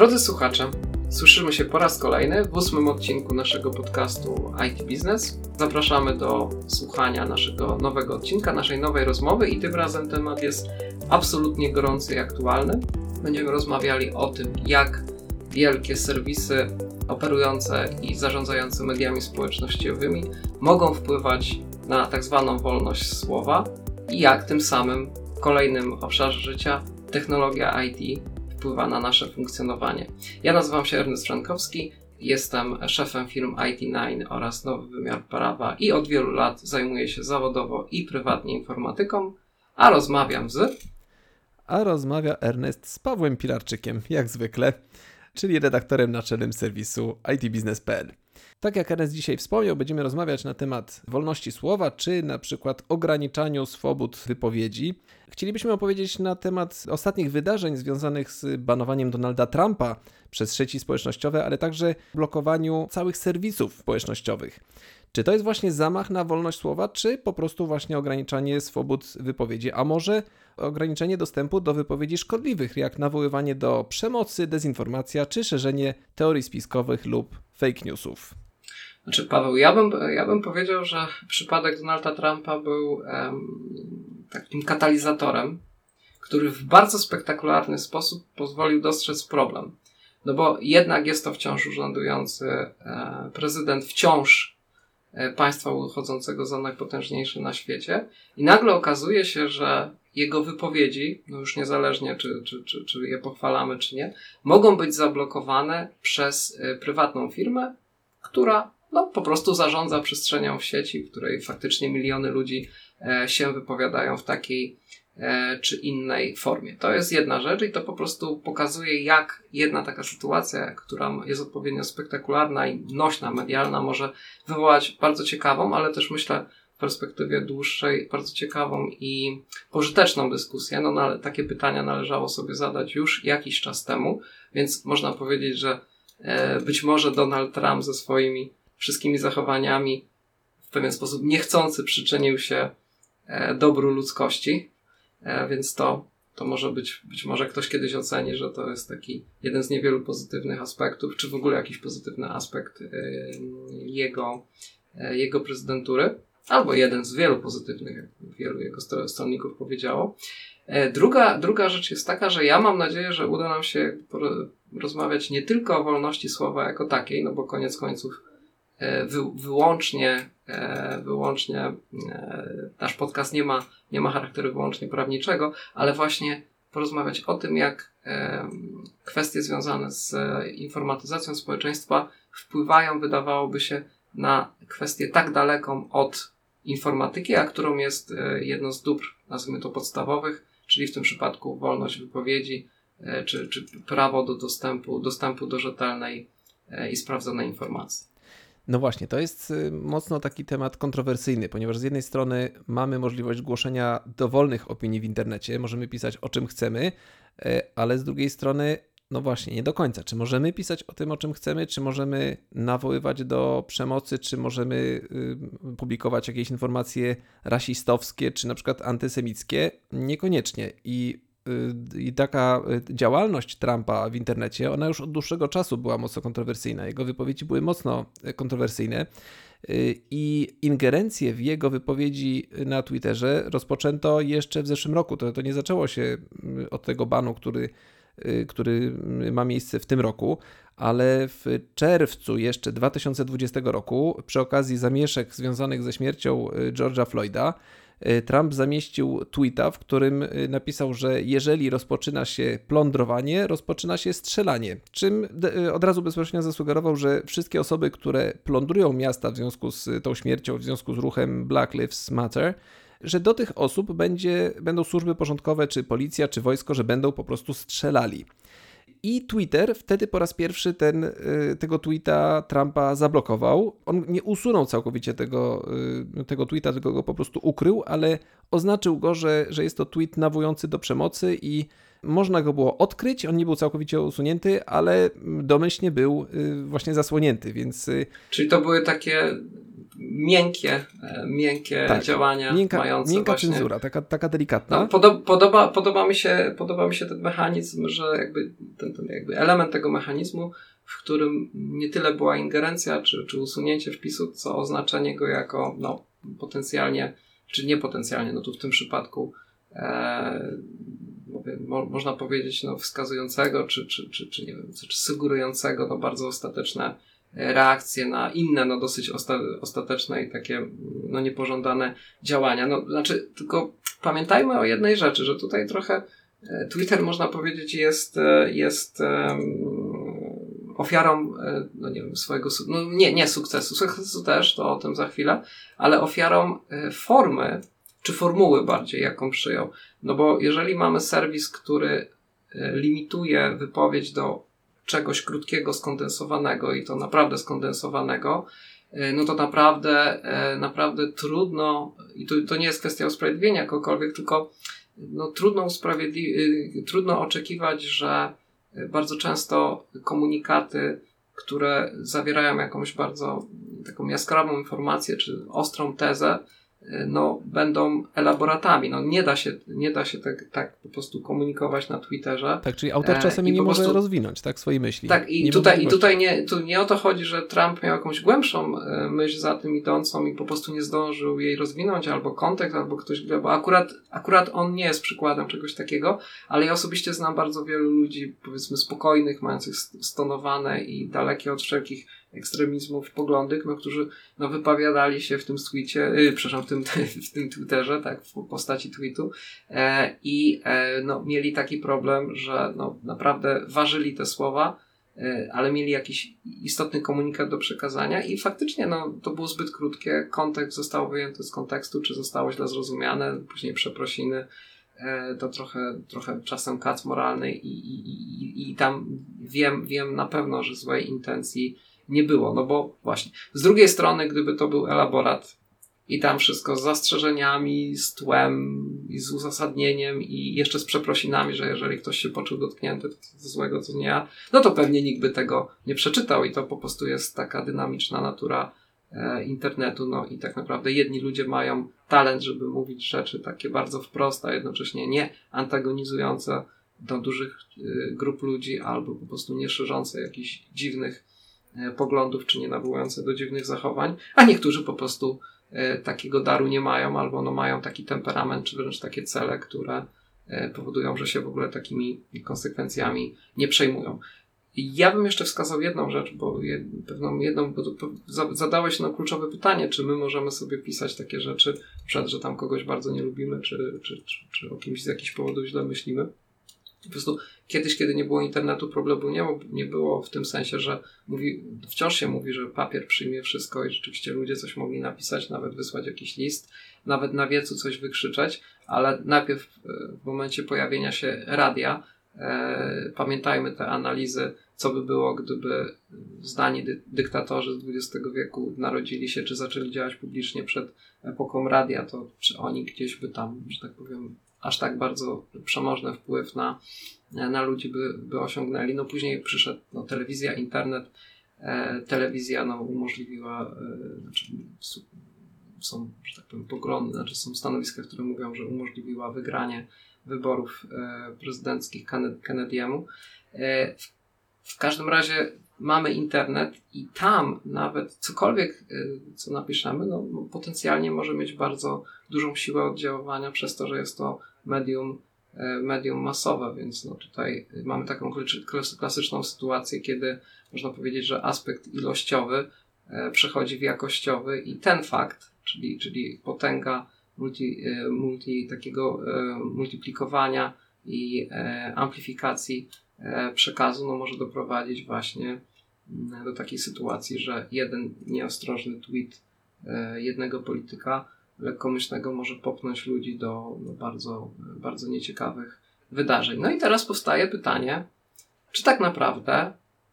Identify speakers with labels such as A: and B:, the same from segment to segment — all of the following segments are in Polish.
A: Drodzy słuchacze, słyszymy się po raz kolejny w 8. odcinku naszego podcastu IT Business. Zapraszamy do słuchania naszego nowego odcinka, naszej nowej rozmowy i tym razem temat jest absolutnie gorący i aktualny. Będziemy rozmawiali o tym, jak wielkie serwisy operujące i zarządzające mediami społecznościowymi mogą wpływać na tak zwaną wolność słowa i jak tym samym w kolejnym obszarze życia technologia IT wpływa na nasze funkcjonowanie. Ja nazywam się Ernest Frankowski, jestem szefem firm IT9 oraz Nowy Wymiar Prawa i od wielu lat zajmuję się zawodowo i prywatnie informatyką, a rozmawia Ernest z Pawłem Pilarczykiem, jak zwykle, czyli redaktorem naczelnym serwisu itbusiness.pl. Tak jak Ernest dzisiaj wspomniał, będziemy rozmawiać na temat wolności słowa, czy na przykład ograniczaniu swobód wypowiedzi. Chcielibyśmy opowiedzieć na temat ostatnich wydarzeń związanych z banowaniem Donalda Trumpa przez sieci społecznościowe, ale także blokowaniu całych serwisów społecznościowych. Czy to jest właśnie zamach na wolność słowa, czy po prostu właśnie ograniczanie swobód wypowiedzi, a może ograniczenie dostępu do wypowiedzi szkodliwych, jak nawoływanie do przemocy, dezinformacja, czy szerzenie teorii spiskowych lub fake newsów? Paweł, ja bym powiedział, że przypadek Donalda Trumpa był takim katalizatorem, który w bardzo spektakularny sposób pozwolił dostrzec problem. No bo jednak jest to wciąż urzędujący prezydent, wciąż państwa uchodzącego za najpotężniejszy na świecie i nagle okazuje się, że jego wypowiedzi, no już niezależnie czy je pochwalamy czy nie, mogą być zablokowane przez prywatną firmę, która po prostu zarządza przestrzenią w sieci, w której faktycznie miliony ludzi się wypowiadają w takiej czy innej formie. To jest jedna rzecz i to po prostu pokazuje, jak jedna taka sytuacja, która jest odpowiednio spektakularna i nośna, medialna, może wywołać bardzo ciekawą, ale też myślę w perspektywie dłuższej bardzo ciekawą i pożyteczną dyskusję. Ale takie pytania należało sobie zadać już jakiś czas temu, więc można powiedzieć, że być może Donald Trump ze swoimi wszystkimi zachowaniami w pewien sposób niechcący przyczynił się dobru ludzkości, więc to może być może ktoś kiedyś oceni, że to jest taki jeden z niewielu pozytywnych aspektów, czy w ogóle jakiś pozytywny aspekt jego prezydentury, albo jeden z wielu pozytywnych, jak wielu jego stronników powiedziało. Druga rzecz jest taka, że ja mam nadzieję, że uda nam się rozmawiać nie tylko o wolności słowa jako takiej, bo koniec końców wyłącznie nasz podcast nie ma charakteru wyłącznie prawniczego, ale właśnie porozmawiać o tym, jak kwestie związane z informatyzacją społeczeństwa wpływają, wydawałoby się, na kwestię tak daleką od informatyki, a którą jest jedno z dóbr, nazwijmy to podstawowych, czyli w tym przypadku wolność wypowiedzi, czy prawo do dostępu do rzetelnej i sprawdzonej informacji.
B: No właśnie, to jest mocno taki temat kontrowersyjny, ponieważ z jednej strony mamy możliwość głoszenia dowolnych opinii w internecie, możemy pisać o czym chcemy, ale z drugiej strony, no właśnie, nie do końca. Czy możemy pisać o tym, o czym chcemy, czy możemy nawoływać do przemocy, czy możemy publikować jakieś informacje rasistowskie, czy na przykład antysemickie? Niekoniecznie. I taka działalność Trumpa w internecie, ona już od dłuższego czasu była mocno kontrowersyjna. Jego wypowiedzi były mocno kontrowersyjne i ingerencję w jego wypowiedzi na Twitterze rozpoczęto jeszcze w zeszłym roku. To nie zaczęło się od tego banu, który ma miejsce w tym roku, ale w czerwcu jeszcze 2020 roku przy okazji zamieszek związanych ze śmiercią George'a Floyda Trump zamieścił tweeta, w którym napisał, że jeżeli rozpoczyna się plądrowanie, rozpoczyna się strzelanie. Czym od razu bezpośrednio zasugerował, że wszystkie osoby, które plądrują miasta w związku z tą śmiercią, w związku z ruchem Black Lives Matter, że do tych osób będą służby porządkowe, czy policja, czy wojsko, że będą po prostu strzelali. I Twitter wtedy po raz pierwszy tego tweeta Trumpa zablokował. On nie usunął całkowicie tego tweeta, tylko go po prostu ukrył, ale oznaczył go, że jest to tweet nawołujący do przemocy i można go było odkryć. On nie był całkowicie usunięty, ale domyślnie był właśnie zasłonięty, więc...
A: Czyli to były takie
C: miękkie działania mające
B: miękka
C: właśnie...
B: cenzura, taka delikatna.
C: No, podoba mi się ten mechanizm, że jakby ten jakby element tego mechanizmu, w którym nie tyle była ingerencja czy usunięcie wpisu, co oznaczenie go jako potencjalnie, czy niepotencjalnie, no tu w tym przypadku można powiedzieć wskazującego, czy nie wiem, czy sugerującego bardzo ostateczne reakcje na inne, dosyć ostateczne i takie niepożądane działania. Znaczy, tylko pamiętajmy o jednej rzeczy, że tutaj trochę Twitter, można powiedzieć, jest ofiarą, nie wiem, swojego, nie sukcesu też, to o tym za chwilę, ale ofiarą formy, czy formuły bardziej, jaką przyjął. No bo jeżeli mamy serwis, który limituje wypowiedź do czegoś krótkiego, skondensowanego i to naprawdę skondensowanego, no to naprawdę trudno, i to nie jest kwestia usprawiedliwienia kogokolwiek, tylko trudno oczekiwać, że bardzo często komunikaty, które zawierają jakąś bardzo taką jaskrawą informację, czy ostrą tezę, będą elaboratami. Nie da się tak po prostu komunikować na Twitterze.
B: Tak, czyli autor czasami nie może rozwinąć swoje myśli.
C: Tak, tu nie o to chodzi, że Trump miał jakąś głębszą myśl za tym idącą i po prostu nie zdążył jej rozwinąć, albo kontekst, albo ktoś, bo akurat on nie jest przykładem czegoś takiego, ale ja osobiście znam bardzo wielu ludzi, powiedzmy spokojnych, mających stonowane i dalekie od wszelkich ekstremizmów poglądy, którzy wypowiadali się w tym tweetie, w tym Twitterze, tak, w postaci tweetu i mieli taki problem, że naprawdę ważyli te słowa, ale mieli jakiś istotny komunikat do przekazania i faktycznie to było zbyt krótkie, kontekst został wyjęty z kontekstu, czy zostało źle zrozumiane, później przeprosiny, to trochę czasem kac moralny i tam wiem na pewno, że złej intencji nie było, bo właśnie z drugiej strony, gdyby to był elaborat i tam wszystko z zastrzeżeniami, z tłem i z uzasadnieniem i jeszcze z przeprosinami, że jeżeli ktoś się poczuł dotknięty, to złego, to nie ja, to pewnie nikt by tego nie przeczytał i to po prostu jest taka dynamiczna natura internetu, i tak naprawdę jedni ludzie mają talent, żeby mówić rzeczy takie bardzo wprost, a jednocześnie nie antagonizujące do dużych grup ludzi albo po prostu nie szerzące jakichś dziwnych poglądów, czy nie nawołujące do dziwnych zachowań, a niektórzy po prostu takiego daru nie mają, albo mają taki temperament, czy wręcz takie cele, które powodują, że się w ogóle takimi konsekwencjami nie przejmują. I ja bym jeszcze wskazał jedną rzecz, bo zadałeś kluczowe pytanie, czy my możemy sobie pisać takie rzeczy, że tam kogoś bardzo nie lubimy, czy o kimś z jakichś powodów źle myślimy. Po prostu kiedyś, kiedy nie było internetu, problemu nie było w tym sensie, że wciąż się mówi, że papier przyjmie wszystko i rzeczywiście ludzie coś mogli napisać, nawet wysłać jakiś list, nawet na wiecu coś wykrzyczeć, ale najpierw w momencie pojawienia się radia, pamiętajmy te analizy, co by było, gdyby znani dyktatorzy z XX wieku narodzili się, czy zaczęli działać publicznie przed epoką radia, to czy oni gdzieś by tam, że tak powiem, aż tak bardzo przemożny wpływ na ludzi by osiągnęli. Później przyszedł telewizja, internet. Telewizja umożliwiła, są, że tak powiem, poglądy, są stanowiska, które mówią, że umożliwiła wygranie wyborów prezydenckich Kennedy'emu. W każdym razie mamy internet i tam nawet cokolwiek, co napiszemy, potencjalnie może mieć bardzo dużą siłę oddziaływania przez to, że jest to medium masowe, więc tutaj mamy taką klasyczną sytuację, kiedy można powiedzieć, że aspekt ilościowy przechodzi w jakościowy i ten fakt, czyli potęga takiego multiplikowania i amplifikacji przekazu może doprowadzić właśnie do takiej sytuacji, że jeden nieostrożny tweet jednego polityka lekkomyślnego może popchnąć ludzi do bardzo, bardzo nieciekawych wydarzeń. I teraz powstaje pytanie, czy tak naprawdę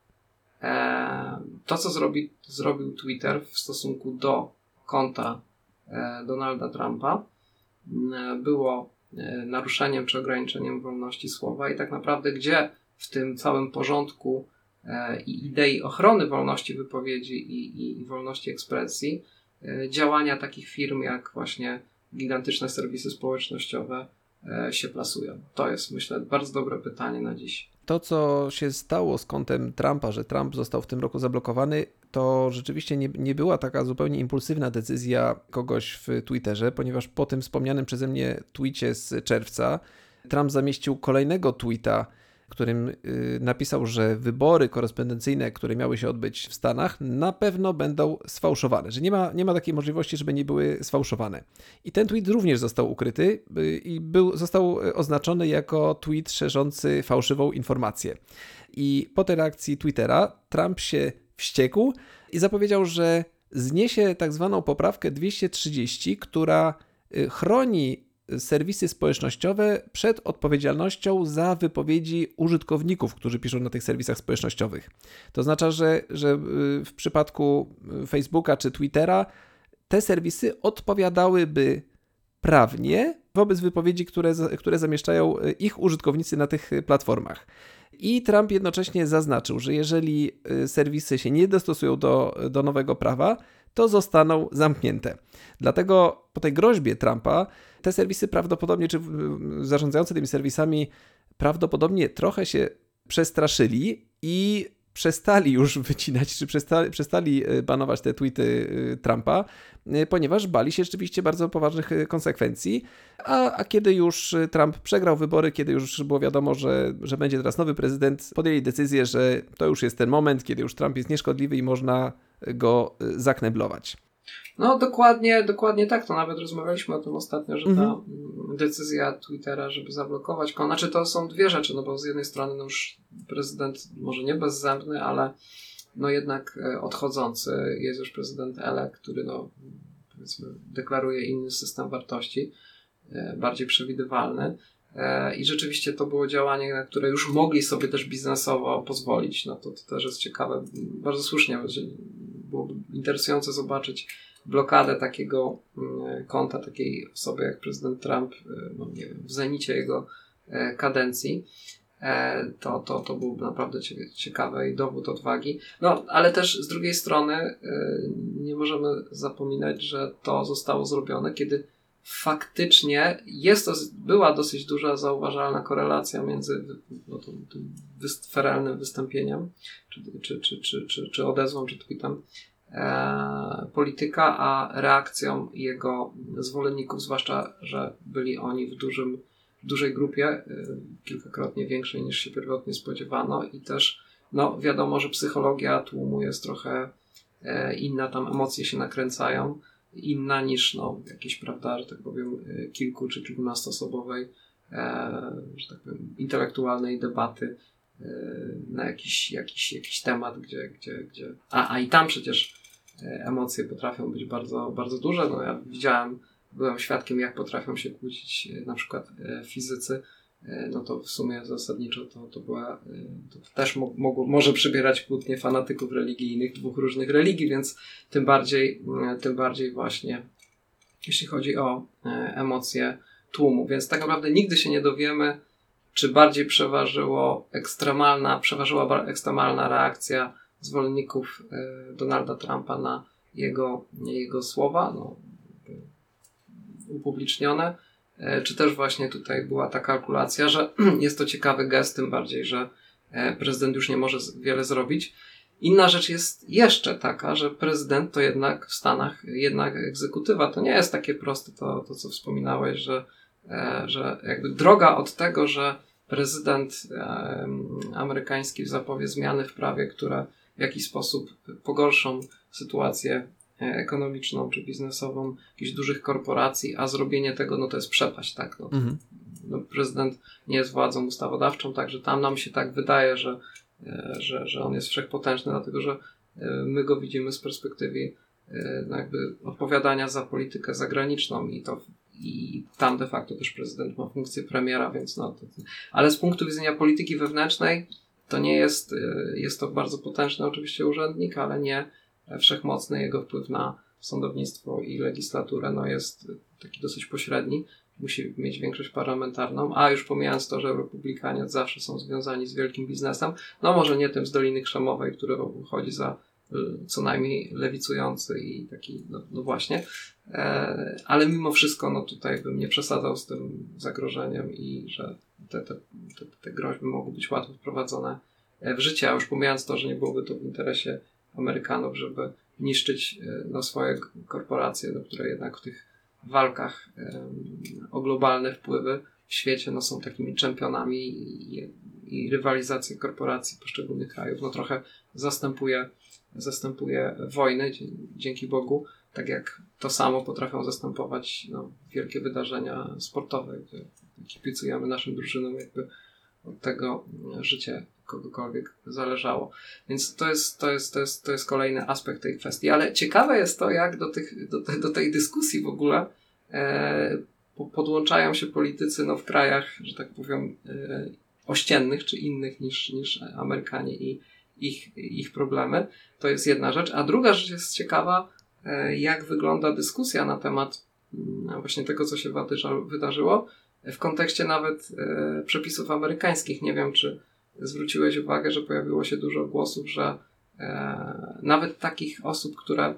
C: to, co zrobił Twitter w stosunku do konta Donalda Trumpa, było naruszeniem czy ograniczeniem wolności słowa i tak naprawdę gdzie w tym całym porządku i idei ochrony wolności wypowiedzi i wolności ekspresji działania takich firm jak właśnie gigantyczne serwisy społecznościowe się plasują? To jest, myślę, bardzo dobre pytanie na dziś.
B: To, co się stało z kontem Trumpa, że Trump został w tym roku zablokowany, to rzeczywiście nie była taka zupełnie impulsywna decyzja kogoś w Twitterze, ponieważ po tym wspomnianym przeze mnie tweetie z czerwca Trump zamieścił kolejnego tweeta, w którym napisał, że wybory korespondencyjne, które miały się odbyć w Stanach, na pewno będą sfałszowane, że nie ma takiej możliwości, żeby nie były sfałszowane. I ten tweet również został ukryty i został oznaczony jako tweet szerzący fałszywą informację. I po tej reakcji Twittera Trump się wściekł i zapowiedział, że zniesie tak zwaną poprawkę 230, która chroni serwisy społecznościowe przed odpowiedzialnością za wypowiedzi użytkowników, którzy piszą na tych serwisach społecznościowych. To oznacza, że w przypadku Facebooka czy Twittera te serwisy odpowiadałyby prawnie wobec wypowiedzi, które zamieszczają ich użytkownicy na tych platformach. I Trump jednocześnie zaznaczył, że jeżeli serwisy się nie dostosują do nowego prawa, to zostaną zamknięte. Dlatego po tej groźbie Trumpa te serwisy prawdopodobnie, czy zarządzający tymi serwisami prawdopodobnie trochę się przestraszyli i przestali już wycinać, czy przestali banować te tweety Trumpa, ponieważ bali się rzeczywiście bardzo poważnych konsekwencji, a kiedy już Trump przegrał wybory, kiedy już było wiadomo, że będzie teraz nowy prezydent, podjęli decyzję, że to już jest ten moment, kiedy już Trump jest nieszkodliwy i można go zakneblować.
C: No dokładnie tak, to nawet rozmawialiśmy o tym ostatnio, że ta decyzja Twittera, żeby zablokować znaczy to są dwie rzeczy, no bo z jednej strony no już prezydent może nie bezzębny, ale no jednak odchodzący, jest już prezydent elect, który no powiedzmy deklaruje inny system wartości, bardziej przewidywalny. I rzeczywiście to było działanie, na które już mogli sobie też biznesowo pozwolić. No to też jest ciekawe. Bardzo słusznie byłoby interesujące zobaczyć blokadę takiego konta, takiej osoby jak prezydent Trump, no nie wiem, w zenicie jego kadencji. To byłoby naprawdę ciekawe i dowód odwagi. No, ale też z drugiej strony nie możemy zapominać, że to zostało zrobione, kiedy faktycznie była dosyć duża, zauważalna korelacja między tym feralnym wystąpieniem, czy odezwą, czy tweetem polityka, a reakcją jego zwolenników, zwłaszcza, że byli oni w dużej grupie, kilkakrotnie większej niż się pierwotnie spodziewano i też no wiadomo, że psychologia tłumu jest trochę inna, tam emocje się nakręcają, inna niż jakieś, prawda, że tak powiem, kilku czy kilkunastoosobowej, że tak powiem, intelektualnej debaty na jakiś temat, gdzie i tam przecież emocje potrafią być bardzo, bardzo duże. No ja byłem świadkiem, jak potrafią się kłócić na przykład fizycy. No to w sumie zasadniczo to też może przybierać kłótnie fanatyków religijnych dwóch różnych religii, więc tym bardziej właśnie jeśli chodzi o emocje tłumu. Więc tak naprawdę nigdy się nie dowiemy, czy bardziej przeważyła ekstremalna reakcja zwolenników Donalda Trumpa na jego słowa upublicznione, czy też właśnie tutaj była ta kalkulacja, że jest to ciekawy gest, tym bardziej, że prezydent już nie może wiele zrobić. Inna rzecz jest jeszcze taka, że prezydent to jednak w Stanach jednak egzekutywa. To nie jest takie proste to co wspominałeś, że jakby droga od tego, że prezydent amerykański zapowie zmiany w prawie, które w jakiś sposób pogorszą sytuację ekonomiczną czy biznesową jakichś dużych korporacji, a zrobienie tego, to jest przepaść, tak? Prezydent nie jest władzą ustawodawczą, także tam nam się tak wydaje, że on jest wszechpotężny, dlatego że my go widzimy z perspektywy jakby odpowiadania za politykę zagraniczną i tam de facto też prezydent ma funkcję premiera, więc ale z punktu widzenia polityki wewnętrznej to nie jest to bardzo potężny oczywiście urzędnik, ale nie wszechmocny. Jego wpływ na sądownictwo i legislaturę jest taki dosyć pośredni. Musi mieć większość parlamentarną, a już pomijając to, że republikanie od zawsze są związani z wielkim biznesem, może nie tym z Doliny Krzemowej, który uchodzi za co najmniej lewicujący i taki, no właśnie. Ale mimo wszystko, no tutaj bym nie przesadzał z tym zagrożeniem i że te groźby mogą być łatwo wprowadzone w życie, a już pomijając to, że nie byłoby to w interesie Amerykanów, żeby niszczyć swoje korporacje, które jednak w tych walkach o globalne wpływy w świecie są takimi czempionami i rywalizacja korporacji poszczególnych krajów trochę zastępuje wojny, dzięki Bogu, tak jak to samo potrafią zastępować wielkie wydarzenia sportowe, gdzie kibicujemy naszym drużynom, jakby od tego życie kogokolwiek zależało. Więc to jest kolejny aspekt tej kwestii. Ale ciekawe jest to, jak do tej dyskusji w ogóle podłączają się politycy w krajach, że tak powiem, ościennych czy innych niż Amerykanie i ich problemy. To jest jedna rzecz. A druga rzecz jest ciekawa, jak wygląda dyskusja na temat właśnie tego, co się wydarzyło w kontekście nawet przepisów amerykańskich. Nie wiem, czy zwróciłeś uwagę, że pojawiło się dużo głosów, że nawet takich osób, które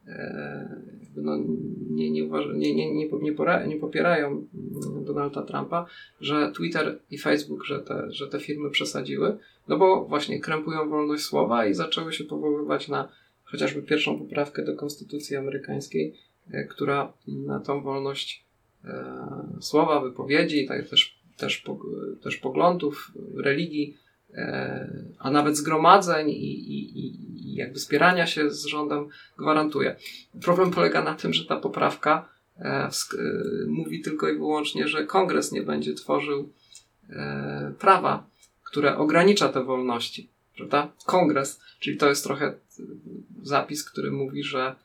C: nie popierają Donalda Trumpa, że Twitter i Facebook, że te firmy przesadziły, bo właśnie krępują wolność słowa i zaczęły się powoływać na chociażby pierwszą poprawkę do Konstytucji amerykańskiej, która na tą wolność słowa, wypowiedzi, też poglądów, religii, a nawet zgromadzeń i jakby wspierania się z rządem gwarantuje. Problem polega na tym, że ta poprawka mówi tylko i wyłącznie, że Kongres nie będzie tworzył prawa, które ogranicza te wolności. Prawda? Kongres, czyli to jest trochę zapis, który mówi, że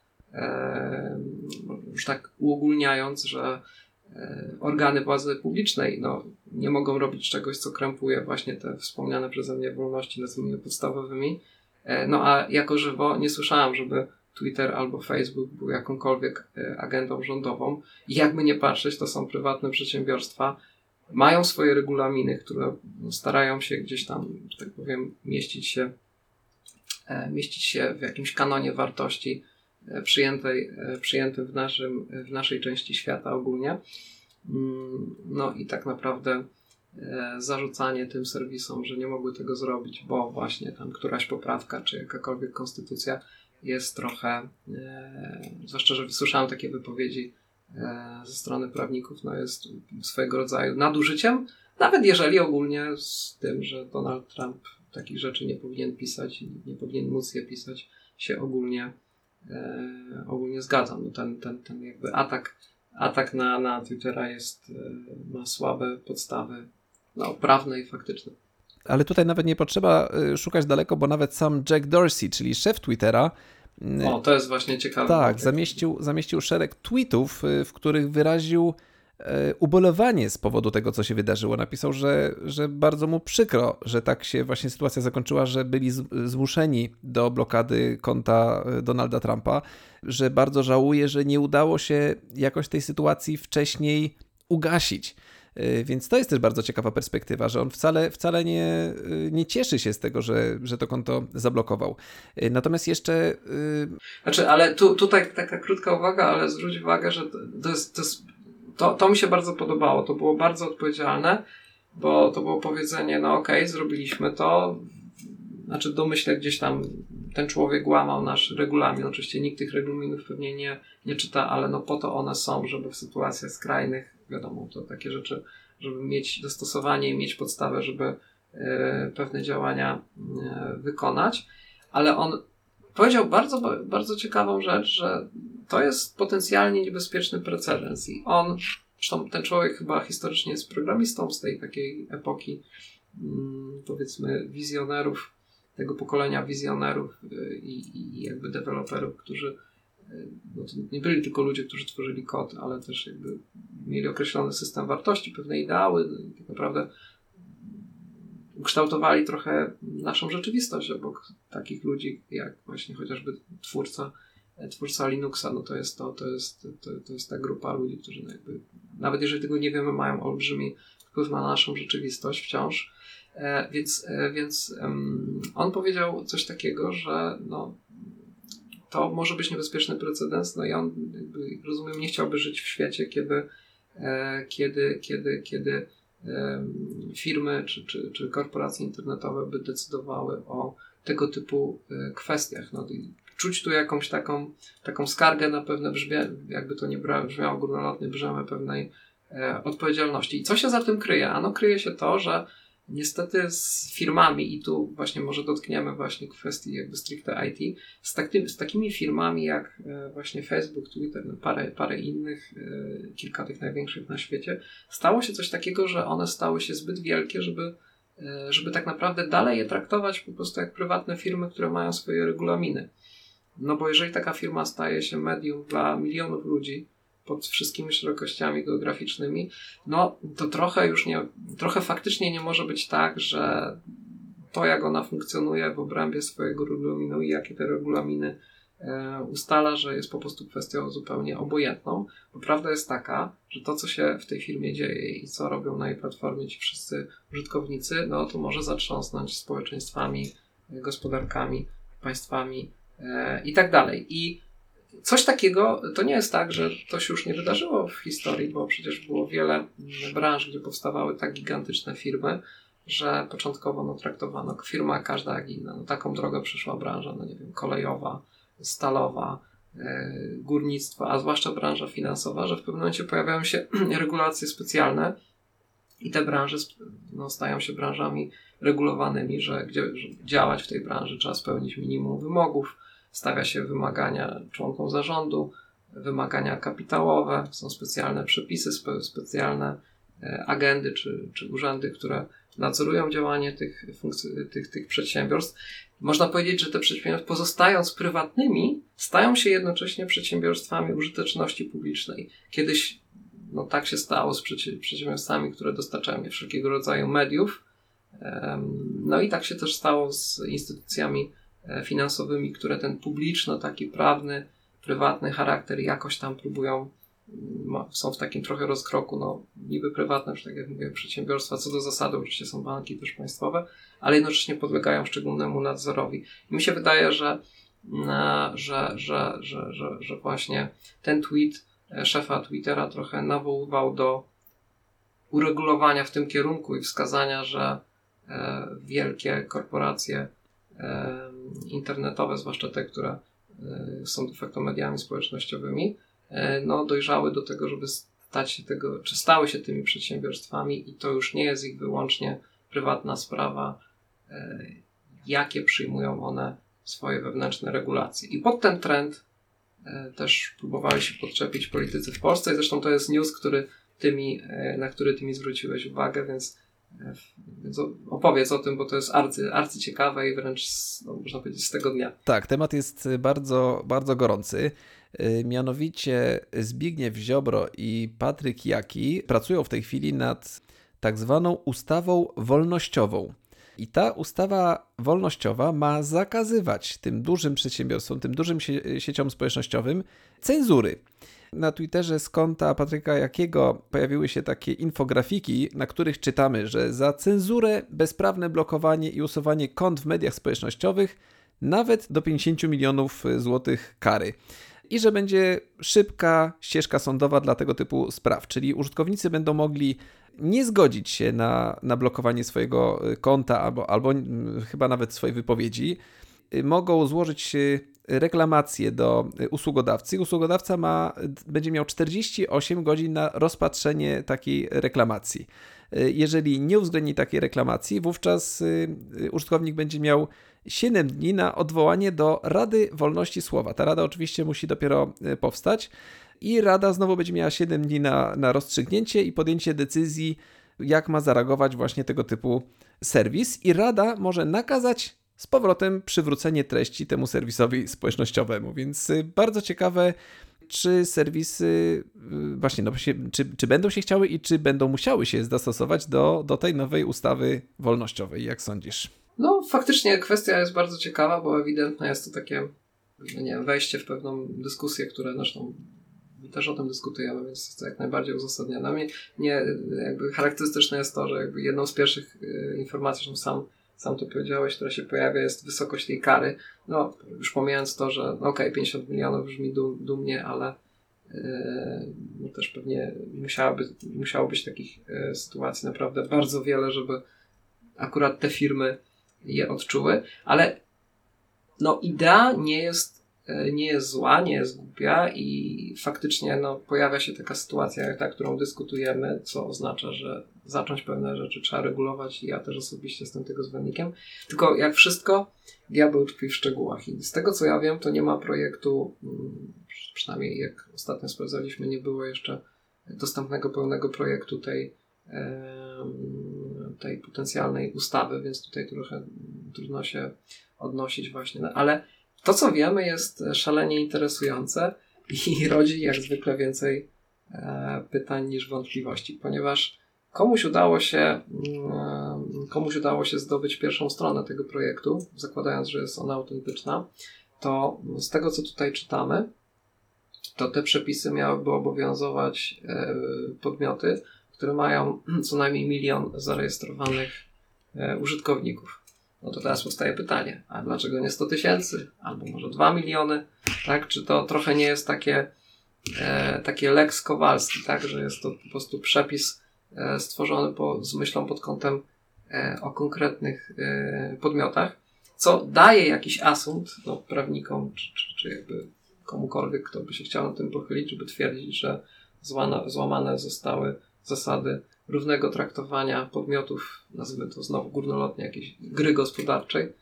C: już tak uogólniając, że organy władzy publicznej nie mogą robić czegoś, co krępuje właśnie te wspomniane przeze mnie wolności nazwijmy podstawowymi. A jako żywo nie słyszałem, żeby Twitter albo Facebook był jakąkolwiek agendą rządową. I jakby nie patrzeć, to są prywatne przedsiębiorstwa, mają swoje regulaminy, które starają się gdzieś tam, że tak powiem, mieścić się w jakimś kanonie wartości przyjętym w naszej części świata ogólnie. I tak naprawdę zarzucanie tym serwisom, że nie mogły tego zrobić, bo właśnie tam któraś poprawka, czy jakakolwiek konstytucja jest trochę, zwłaszcza, że wysłyszałem takie wypowiedzi ze strony prawników, jest swojego rodzaju nadużyciem, nawet jeżeli ogólnie z tym, że Donald Trump takich rzeczy nie powinien pisać i nie powinien móc je pisać, się ogólnie zgadzam. Ten jakby atak na Twittera ma słabe podstawy prawne i faktyczne.
B: Ale tutaj nawet nie potrzeba szukać daleko, bo nawet sam Jack Dorsey, czyli szef Twittera,
C: to jest właśnie ciekawe.
B: Tak, zamieścił szereg tweetów, w których wyraził ubolewanie z powodu tego, co się wydarzyło. Napisał, że bardzo mu przykro, że tak się właśnie sytuacja zakończyła, że byli zmuszeni do blokady konta Donalda Trumpa, że bardzo żałuje, że nie udało się jakoś tej sytuacji wcześniej ugasić. Więc to jest też bardzo ciekawa perspektywa, że on wcale nie cieszy się z tego, że to konto zablokował. Natomiast jeszcze...
C: ale tutaj taka krótka uwaga, ale zwróć uwagę, że to mi się bardzo podobało. To było bardzo odpowiedzialne, bo to było powiedzenie, zrobiliśmy to. Domyślę gdzieś tam ten człowiek łamał nasz regulamin. Oczywiście nikt tych regulaminów pewnie nie czyta, ale po to one są, żeby w sytuacjach skrajnych, wiadomo, to takie rzeczy, żeby mieć dostosowanie i mieć podstawę, żeby pewne działania wykonać. Ale on powiedział bardzo, bardzo ciekawą rzecz, że to jest potencjalnie niebezpieczny precedens i zresztą ten człowiek chyba historycznie jest programistą z tej takiej epoki, powiedzmy, wizjonerów, tego pokolenia wizjonerów i jakby deweloperów, którzy to nie byli tylko ludzie, którzy tworzyli kod, ale też jakby mieli określony system wartości, pewne ideały, tak naprawdę ukształtowali trochę naszą rzeczywistość obok takich ludzi jak właśnie chociażby twórca Linuxa, to jest ta grupa ludzi, którzy jakby, nawet jeżeli tego nie wiemy, mają olbrzymi wpływ na naszą rzeczywistość wciąż. Więc on powiedział coś takiego, że to może być niebezpieczny precedens, no i on, rozumiem, nie chciałby żyć w świecie, kiedy firmy czy korporacje internetowe by decydowały o tego typu kwestiach. No, czuć tu jakąś taką skargę na pewne jakby to nie brzmiało górnolotnie, brzemię pewnej odpowiedzialności. I co się za tym kryje? Ano kryje się to, że niestety z firmami, i tu właśnie może dotkniemy właśnie kwestii jakby stricte IT, z takimi firmami jak właśnie Facebook, Twitter, no parę innych, kilka tych największych na świecie, stało się coś takiego, że one stały się zbyt wielkie, żeby tak naprawdę dalej je traktować po prostu jak prywatne firmy, które mają swoje regulaminy. No bo jeżeli taka firma staje się medium dla milionów ludzi pod wszystkimi szerokościami geograficznymi, no to trochę faktycznie nie może być tak, że to, jak ona funkcjonuje w obrębie swojego regulaminu i jakie te regulaminy ustala, że jest po prostu kwestią zupełnie obojętną, bo prawda jest taka, że to, co się w tej firmie dzieje i co robią na jej platformie ci wszyscy użytkownicy, no to może zatrząsnąć społeczeństwami, gospodarkami, państwami i tak dalej. I coś takiego, to nie jest tak, że to się już nie wydarzyło w historii, bo przecież było wiele branż, gdzie powstawały tak gigantyczne firmy, że początkowo traktowano firma każda jak inna. No, taką drogę przyszła branża, no nie wiem, kolejowa, stalowa, górnictwa, a zwłaszcza branża finansowa, że w pewnym momencie pojawiają się regulacje specjalne i te branże stają się branżami regulowanymi, że działać w tej branży trzeba spełnić minimum wymogów, stawia się wymagania członkom zarządu, wymagania kapitałowe, są specjalne przepisy, specjalne agendy czy urzędy, które nadzorują działanie tych przedsiębiorstw. Można powiedzieć, że te przedsiębiorstwa, pozostając prywatnymi, stają się jednocześnie przedsiębiorstwami użyteczności publicznej. Kiedyś tak się stało z przedsiębiorstwami, które dostarczają wszelkiego rodzaju mediów. No i tak się też stało z instytucjami finansowymi, które ten publiczno, taki prawny, prywatny charakter jakoś tam próbują, są w takim trochę rozkroku, niby prywatne, tak jak mówię, przedsiębiorstwa, co do zasady oczywiście są banki też państwowe, ale jednocześnie podlegają szczególnemu nadzorowi. I mi się wydaje, że właśnie ten tweet szefa Twittera trochę nawoływał do uregulowania w tym kierunku i wskazania, że wielkie korporacje internetowe, zwłaszcza te, które są de facto mediami społecznościowymi, dojrzały do tego, żeby stać się czy stały się tymi przedsiębiorstwami i to już nie jest ich wyłącznie prywatna sprawa, jakie przyjmują one swoje wewnętrzne regulacje. I pod ten trend też próbowali się podczepić politycy w Polsce i zresztą to jest news, na który ty mi zwróciłeś uwagę, więc opowiedz o tym, bo to jest arcyciekawe i wręcz, można powiedzieć, z tego dnia.
B: Tak, temat jest bardzo, bardzo gorący. Mianowicie Zbigniew Ziobro i Patryk Jaki pracują w tej chwili nad tak zwaną ustawą wolnościową. I ta ustawa wolnościowa ma zakazywać tym dużym przedsiębiorstwom, tym dużym sieciom społecznościowym cenzury. Na Twitterze z konta Patryka Jakiego pojawiły się takie infografiki, na których czytamy, że za cenzurę, bezprawne blokowanie i usuwanie kont w mediach społecznościowych nawet do 50 milionów złotych kary. I że będzie szybka ścieżka sądowa dla tego typu spraw, czyli użytkownicy będą mogli nie zgodzić się na blokowanie swojego konta albo chyba nawet swojej wypowiedzi. Mogą złożyć reklamację do usługodawcy. Usługodawca będzie miał 48 godzin na rozpatrzenie takiej reklamacji. Jeżeli nie uwzględni takiej reklamacji, wówczas użytkownik będzie miał 7 dni na odwołanie do Rady Wolności Słowa. Ta rada oczywiście musi dopiero powstać i rada znowu będzie miała 7 dni na rozstrzygnięcie i podjęcie decyzji, jak ma zareagować właśnie tego typu serwis. I rada może nakazać z powrotem przywrócenie treści temu serwisowi społecznościowemu. Więc bardzo ciekawe, czy serwisy właśnie, czy będą się chciały i czy będą musiały się dostosować do tej nowej ustawy wolnościowej. Jak sądzisz?
C: Faktycznie kwestia jest bardzo ciekawa, bo ewidentnie jest to takie wejście w pewną dyskusję, która zresztą też o tym dyskutujemy, więc jest to jak najbardziej uzasadnione. Jakby charakterystyczne jest to, że jakby jedną z pierwszych informacji, że sam sam to powiedziałeś, która się pojawia, jest wysokość tej kary. No, już pomijając to, że 50 milionów brzmi dumnie, ale no też pewnie musiało być takich sytuacji naprawdę bardzo wiele, żeby akurat te firmy je odczuły, ale no idea nie jest zła, nie jest głupia i faktycznie no, pojawia się taka sytuacja jak ta, którą dyskutujemy, co oznacza, że zacząć pewne rzeczy trzeba regulować i ja też osobiście jestem tego zwolennikiem. Tylko jak wszystko, diabeł tkwi w szczegółach i z tego co ja wiem, to nie ma projektu, przynajmniej jak ostatnio sprawdzaliśmy, nie było jeszcze dostępnego pełnego projektu tej potencjalnej ustawy, więc tutaj trochę trudno się odnosić właśnie. No, ale to, co wiemy, jest szalenie interesujące i rodzi jak zwykle więcej pytań niż wątpliwości, ponieważ komuś udało się zdobyć pierwszą stronę tego projektu, zakładając, że jest ona autentyczna, to z tego, co tutaj czytamy, to te przepisy miałyby obowiązywać podmioty, które mają co najmniej 1 000 000 zarejestrowanych użytkowników. No to teraz powstaje pytanie, a dlaczego nie 100 000? Albo może 2 miliony? Tak? Czy to trochę nie jest takie Lex Kowalski, tak? Że jest to po prostu przepis stworzony z myślą pod kątem o konkretnych podmiotach, co daje jakiś asumpt no, prawnikom, czy jakby komukolwiek, kto by się chciał na tym pochylić, żeby twierdzić, że złamane zostały zasady równego traktowania podmiotów, nazwijmy to znowu górnolotnie, jakiejś gry gospodarczej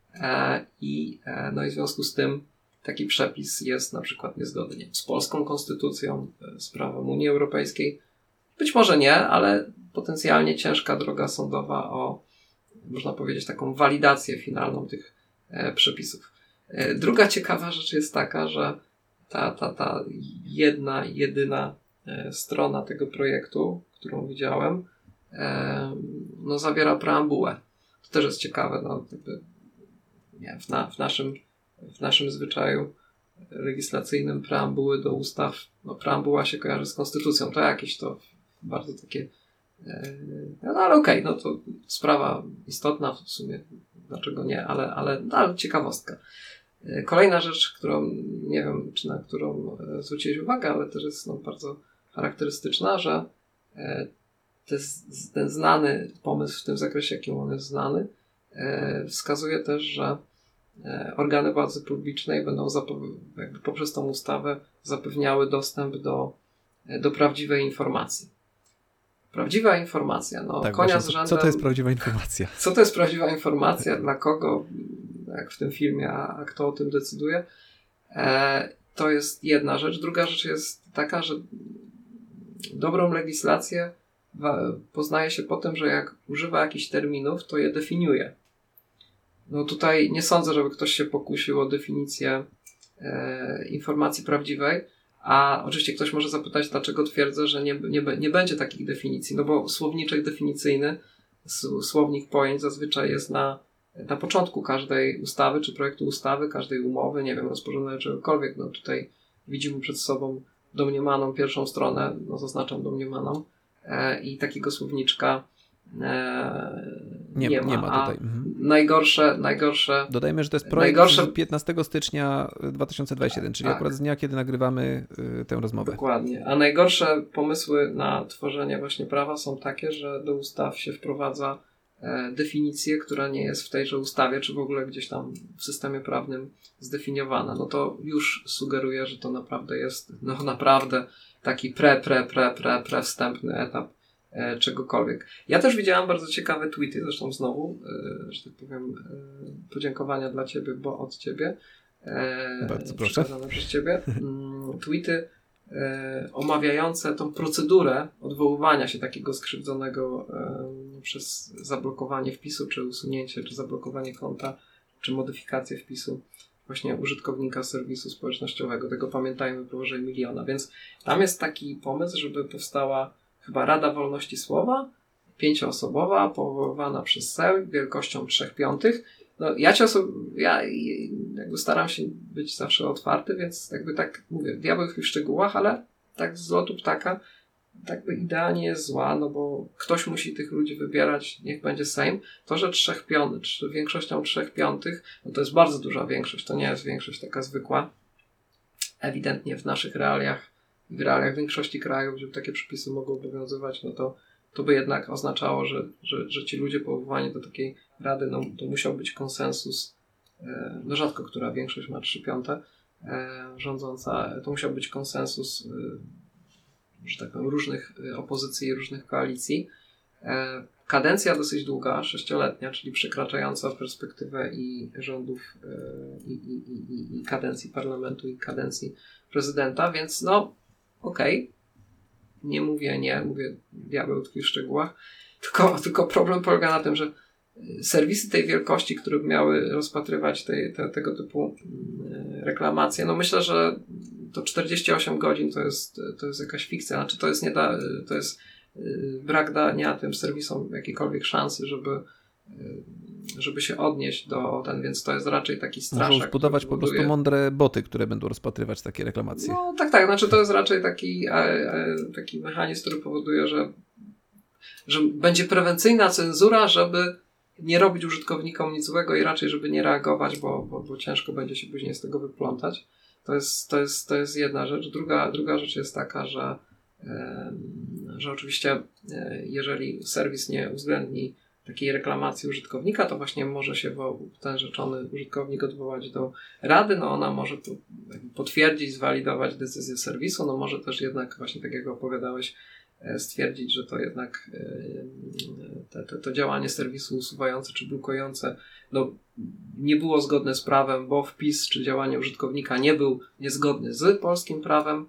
C: no i w związku z tym taki przepis jest na przykład niezgodny z polską konstytucją, z prawem Unii Europejskiej. Być może nie, ale potencjalnie ciężka droga sądowa o, można powiedzieć, taką walidację finalną tych przepisów. Druga ciekawa rzecz jest taka, że ta jedyna strona tego projektu, którą widziałem, no zawiera preambułę. To też jest ciekawe, no, jakby, nie, w naszym zwyczaju legislacyjnym preambuły do ustaw, no preambuła się kojarzy z konstytucją, to jakieś to bardzo takie no ale okej, no to sprawa istotna w sumie, dlaczego nie, ale ciekawostka. Kolejna rzecz, którą nie wiem, czy na którą zwróciłeś uwagę, ale też jest no, bardzo charakterystyczna, że ten znany pomysł w tym zakresie, jakim on jest znany, wskazuje też, że organy władzy publicznej będą jakby poprzez tą ustawę zapewniały dostęp do prawdziwej informacji. Prawdziwa informacja, no
B: tak,
C: konia
B: właśnie,
C: z rzędem...
B: Co to jest prawdziwa informacja?
C: Co to jest prawdziwa informacja? Dla kogo? Jak w tym filmie, a kto o tym decyduje? To jest jedna rzecz. Druga rzecz jest taka, że dobrą legislację poznaje się po tym, że jak używa jakichś terminów, to je definiuje. No tutaj nie sądzę, żeby ktoś się pokusił o definicję informacji prawdziwej, a oczywiście ktoś może zapytać, dlaczego twierdzę, że nie będzie takich definicji, no bo słowniczek definicyjny, słownik pojęć zazwyczaj jest na początku każdej ustawy, czy projektu ustawy, każdej umowy, nie wiem, rozporządzenia czegokolwiek. No tutaj widzimy przed sobą domniemaną pierwszą stronę, no zaznaczam domniemaną, i takiego słowniczka nie ma tutaj. Najgorsze...
B: Dodajmy, że to jest projekt z 15 stycznia 2021, czyli akurat z dnia, kiedy nagrywamy tę rozmowę.
C: Dokładnie. A najgorsze pomysły na tworzenie właśnie prawa są takie, że do ustaw się wprowadza definicję, która nie jest w tejże ustawie, czy w ogóle gdzieś tam w systemie prawnym zdefiniowana. No to już sugeruje, że to naprawdę jest naprawdę taki wstępny etap czegokolwiek. Ja też widziałem bardzo ciekawe tweety, zresztą znowu, że tak powiem, podziękowania dla Ciebie, bo od Ciebie.
B: Bardzo proszę.
C: Przez Ciebie. Tweety omawiające tą procedurę odwoływania się takiego skrzywdzonego przez zablokowanie wpisu, czy usunięcie, czy zablokowanie konta, czy modyfikację wpisu właśnie użytkownika serwisu społecznościowego. Tego pamiętajmy powyżej 1 miliona. Więc tam jest taki pomysł, żeby powstała chyba Rada Wolności Słowa, 5-osobowa, powoływana przez Sejm wielkością 3/5. No ja jakby staram się być zawsze otwarty, więc jakby tak mówię, diabeł w szczegółach, ale tak z lotu ptaka tak by idealnie jest zła, no bo ktoś musi tych ludzi wybierać, niech będzie Sejm. To, że większością 3/5, no to jest bardzo duża większość, to nie jest większość taka zwykła. Ewidentnie w naszych realiach, w realiach większości krajów, gdzie takie przepisy mogą obowiązywać, no to by jednak oznaczało, że ci ludzie powołani do takiej rady, no to musiał być konsensus, no rzadko która większość ma 3/5 rządząca, to musiał być konsensus, że tak powiem, różnych opozycji, różnych koalicji. Kadencja dosyć długa, 6-letnia, czyli przekraczająca perspektywę i rządów, i kadencji parlamentu, i kadencji prezydenta, więc no okej. Nie mówię nie, mówię diabeł tkwi w szczegółach, tylko problem polega na tym, że serwisy tej wielkości, które miały rozpatrywać tego typu reklamacje, no myślę, że to 48 godzin to jest jakaś fikcja, znaczy to jest brak dania tym serwisom jakiejkolwiek szansy, żeby się odnieść do więc to jest raczej taki straszak.
B: Muszą zbudować po prostu mądre boty, które będą rozpatrywać takie reklamacje.
C: No tak, znaczy to jest raczej taki mechanizm, który powoduje, że będzie prewencyjna cenzura, żeby nie robić użytkownikom nic złego i raczej, żeby nie reagować, bo ciężko będzie się później z tego wyplątać. To jest jedna rzecz. Druga rzecz jest taka, że oczywiście jeżeli serwis nie uwzględni takiej reklamacji użytkownika, to właśnie może się ten rzeczony użytkownik odwołać do rady, no ona może potwierdzić, zwalidować decyzję serwisu, no może też jednak właśnie tak jak opowiadałeś, stwierdzić, że to jednak to działanie serwisu usuwające czy blokujące no, nie było zgodne z prawem, bo wpis czy działanie użytkownika nie był niezgodny z polskim prawem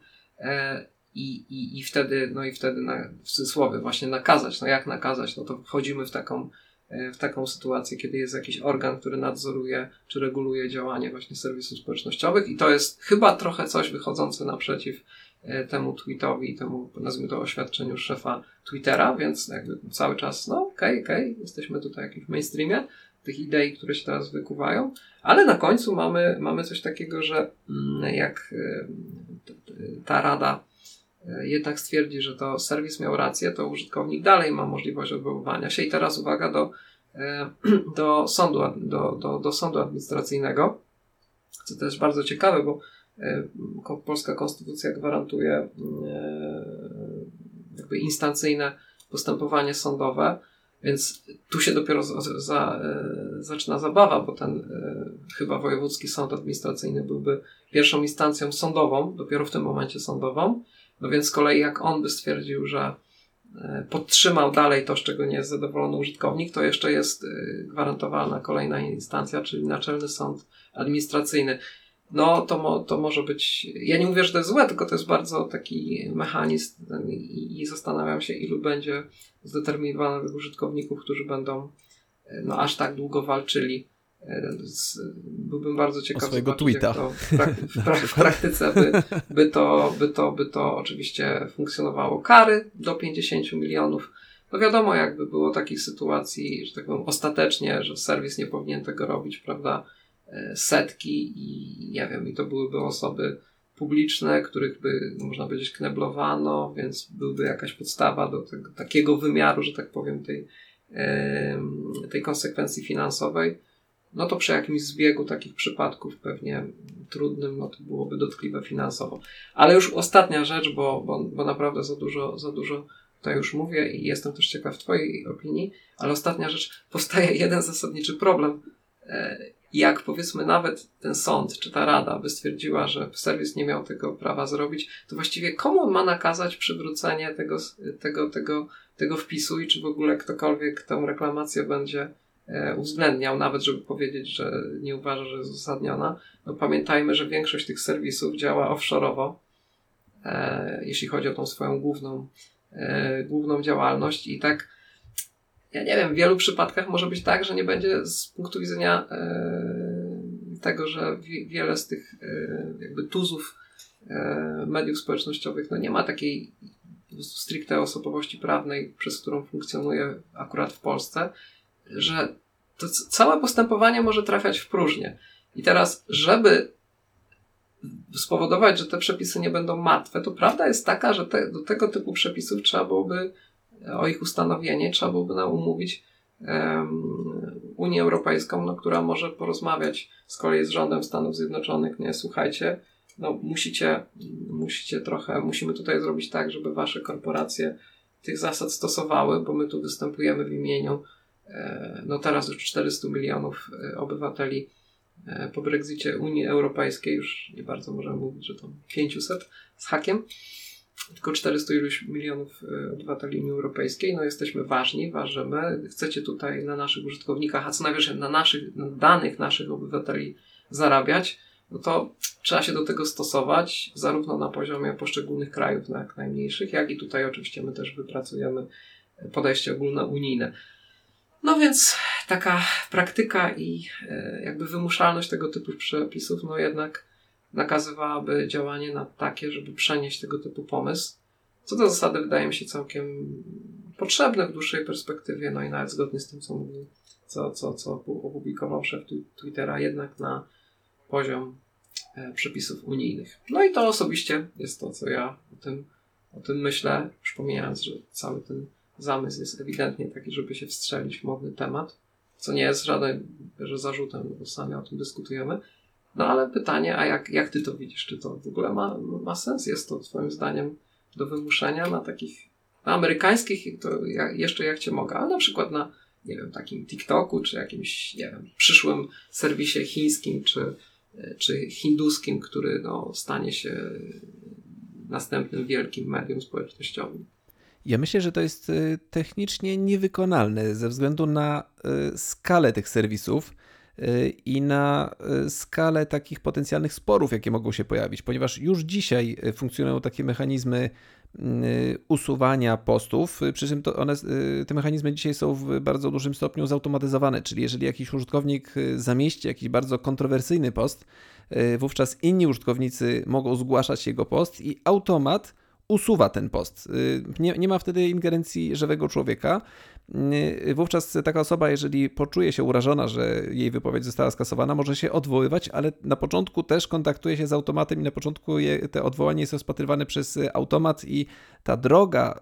C: i wtedy w cudzysłowie właśnie nakazać. No jak nakazać? No to wchodzimy w taką sytuację, kiedy jest jakiś organ, który nadzoruje czy reguluje działanie właśnie serwisów społecznościowych i to jest chyba trochę coś wychodzące naprzeciw temu tweetowi, temu nazwijmy to oświadczeniu szefa Twittera, więc jakby cały czas okej, jesteśmy tutaj w jakimś mainstreamie tych idei, które się teraz wykuwają, ale na końcu mamy coś takiego, że jak ta rada jednak stwierdzi, że to serwis miał rację, to użytkownik dalej ma możliwość odwoływania się i teraz uwaga do sądu administracyjnego, co też bardzo ciekawe, bo polska konstytucja gwarantuje jakby instancyjne postępowanie sądowe, więc tu się dopiero zaczyna zabawa, bo ten chyba wojewódzki sąd administracyjny byłby pierwszą instancją sądową, dopiero w tym momencie sądową, no więc z kolei jak on by stwierdził, że podtrzymał dalej to, z czego nie jest zadowolony użytkownik, to jeszcze jest gwarantowana kolejna instancja, czyli Naczelny Sąd Administracyjny. No to może być, ja nie mówię, że to jest złe, tylko to jest bardzo taki mechanizm i zastanawiam się, ilu będzie zdeterminowanych użytkowników, którzy będą aż tak długo walczyli. Byłbym bardzo ciekaw
B: swojego
C: zobaczyć,
B: tweeta.
C: Jak to w praktyce by to oczywiście funkcjonowało. Kary do 50 milionów. No wiadomo, jakby było takich sytuacji, że tak powiem, ostatecznie, że serwis nie powinien tego robić, prawda, setki i nie wiem, i to byłyby osoby publiczne, których by, można powiedzieć, kneblowano, więc byłby jakaś podstawa do takiego wymiaru, że tak powiem, tej konsekwencji finansowej. No to przy jakimś zbiegu takich przypadków pewnie trudnym, no to byłoby dotkliwe finansowo. Ale już ostatnia rzecz, bo naprawdę za dużo tutaj już mówię i jestem też ciekaw twojej opinii, ale ostatnia rzecz, powstaje jeden zasadniczy problem. Jak powiedzmy nawet ten sąd czy ta rada by stwierdziła, że serwis nie miał tego prawa zrobić, to właściwie komu on ma nakazać przywrócenie tego wpisu i czy w ogóle ktokolwiek tę reklamację będzie uwzględniał, nawet żeby powiedzieć, że nie uważa, że jest uzasadniona. No pamiętajmy, że większość tych serwisów działa offshore'owo, jeśli chodzi o tą swoją główną działalność i tak ja nie wiem, w wielu przypadkach może być tak, że nie będzie z punktu widzenia tego, że wiele z tych jakby tuzów mediów społecznościowych no nie ma takiej stricte osobowości prawnej, przez którą funkcjonuje akurat w Polsce, że to całe postępowanie może trafiać w próżnię. I teraz, żeby spowodować, że te przepisy nie będą martwe, to prawda jest taka, że do tego typu przepisów trzeba byłoby, o ich ustanowienie, trzeba byłoby nam umówić Unię Europejską, no, która może porozmawiać z kolei z rządem Stanów Zjednoczonych, nie, słuchajcie, no musimy tutaj zrobić tak, żeby wasze korporacje tych zasad stosowały, bo my tu występujemy w imieniu no teraz już 400 milionów obywateli po Brexicie Unii Europejskiej, już nie bardzo możemy mówić, że tam 500 z hakiem, tylko 400 iluś milionów obywateli Unii Europejskiej. No jesteśmy ważni, ważymy. Chcecie tutaj na naszych użytkownikach, a co najwyżej na danych naszych obywateli zarabiać, no to trzeba się do tego stosować, zarówno na poziomie poszczególnych krajów, jak najmniejszych, jak i tutaj oczywiście my też wypracujemy podejście ogólnounijne. No więc taka praktyka i jakby wymuszalność tego typu przepisów, no jednak nakazywałaby działanie na takie, żeby przenieść tego typu pomysł. Co do zasady wydaje mi się całkiem potrzebne w dłuższej perspektywie, no i nawet zgodnie z tym, co mówił, co opublikował szef Twittera, jednak na poziom przepisów unijnych. No i to osobiście jest to, co ja o tym myślę, już pomijając, że cały ten zamysł jest ewidentnie taki, żeby się wstrzelić w modny temat, co nie jest żaden zarzutem, bo sami o tym dyskutujemy. No ale pytanie, a jak ty to widzisz? Czy to w ogóle ma sens? Jest to twoim zdaniem do wymuszenia na takich amerykańskich, to jeszcze jak cię mogę, ale na przykład na, nie wiem, takim TikToku, czy jakimś, nie wiem, przyszłym serwisie chińskim, czy hinduskim, który no, stanie się następnym wielkim medium społecznościowym.
B: Ja myślę, że to jest technicznie niewykonalne ze względu na skalę tych serwisów i na skalę takich potencjalnych sporów, jakie mogą się pojawić, ponieważ już dzisiaj funkcjonują takie mechanizmy usuwania postów, przy czym te mechanizmy dzisiaj są w bardzo dużym stopniu zautomatyzowane, czyli jeżeli jakiś użytkownik zamieści jakiś bardzo kontrowersyjny post, wówczas inni użytkownicy mogą zgłaszać jego post i automat usuwa ten post. Nie ma wtedy ingerencji żywego człowieka. Wówczas taka osoba, jeżeli poczuje się urażona, że jej wypowiedź została skasowana, może się odwoływać, ale na początku też kontaktuje się z automatem i na początku te odwołanie jest rozpatrywane przez automat i ta droga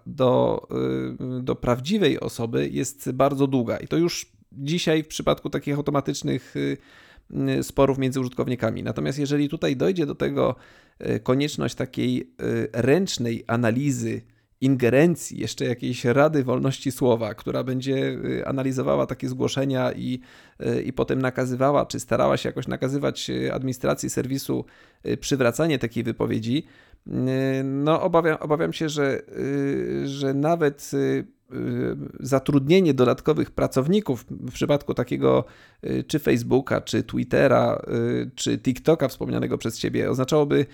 B: do prawdziwej osoby jest bardzo długa. I to już dzisiaj w przypadku takich automatycznych sporów między użytkownikami. Natomiast jeżeli tutaj dojdzie do tego konieczność takiej ręcznej analizy, ingerencji, jeszcze jakiejś Rady Wolności Słowa, która będzie analizowała takie zgłoszenia i potem nakazywała, czy starała się jakoś nakazywać administracji serwisu przywracanie takiej wypowiedzi, no obawiam się, że nawet zatrudnienie dodatkowych pracowników w przypadku takiego czy Facebooka, czy Twittera, czy TikToka wspomnianego przez Ciebie oznaczałoby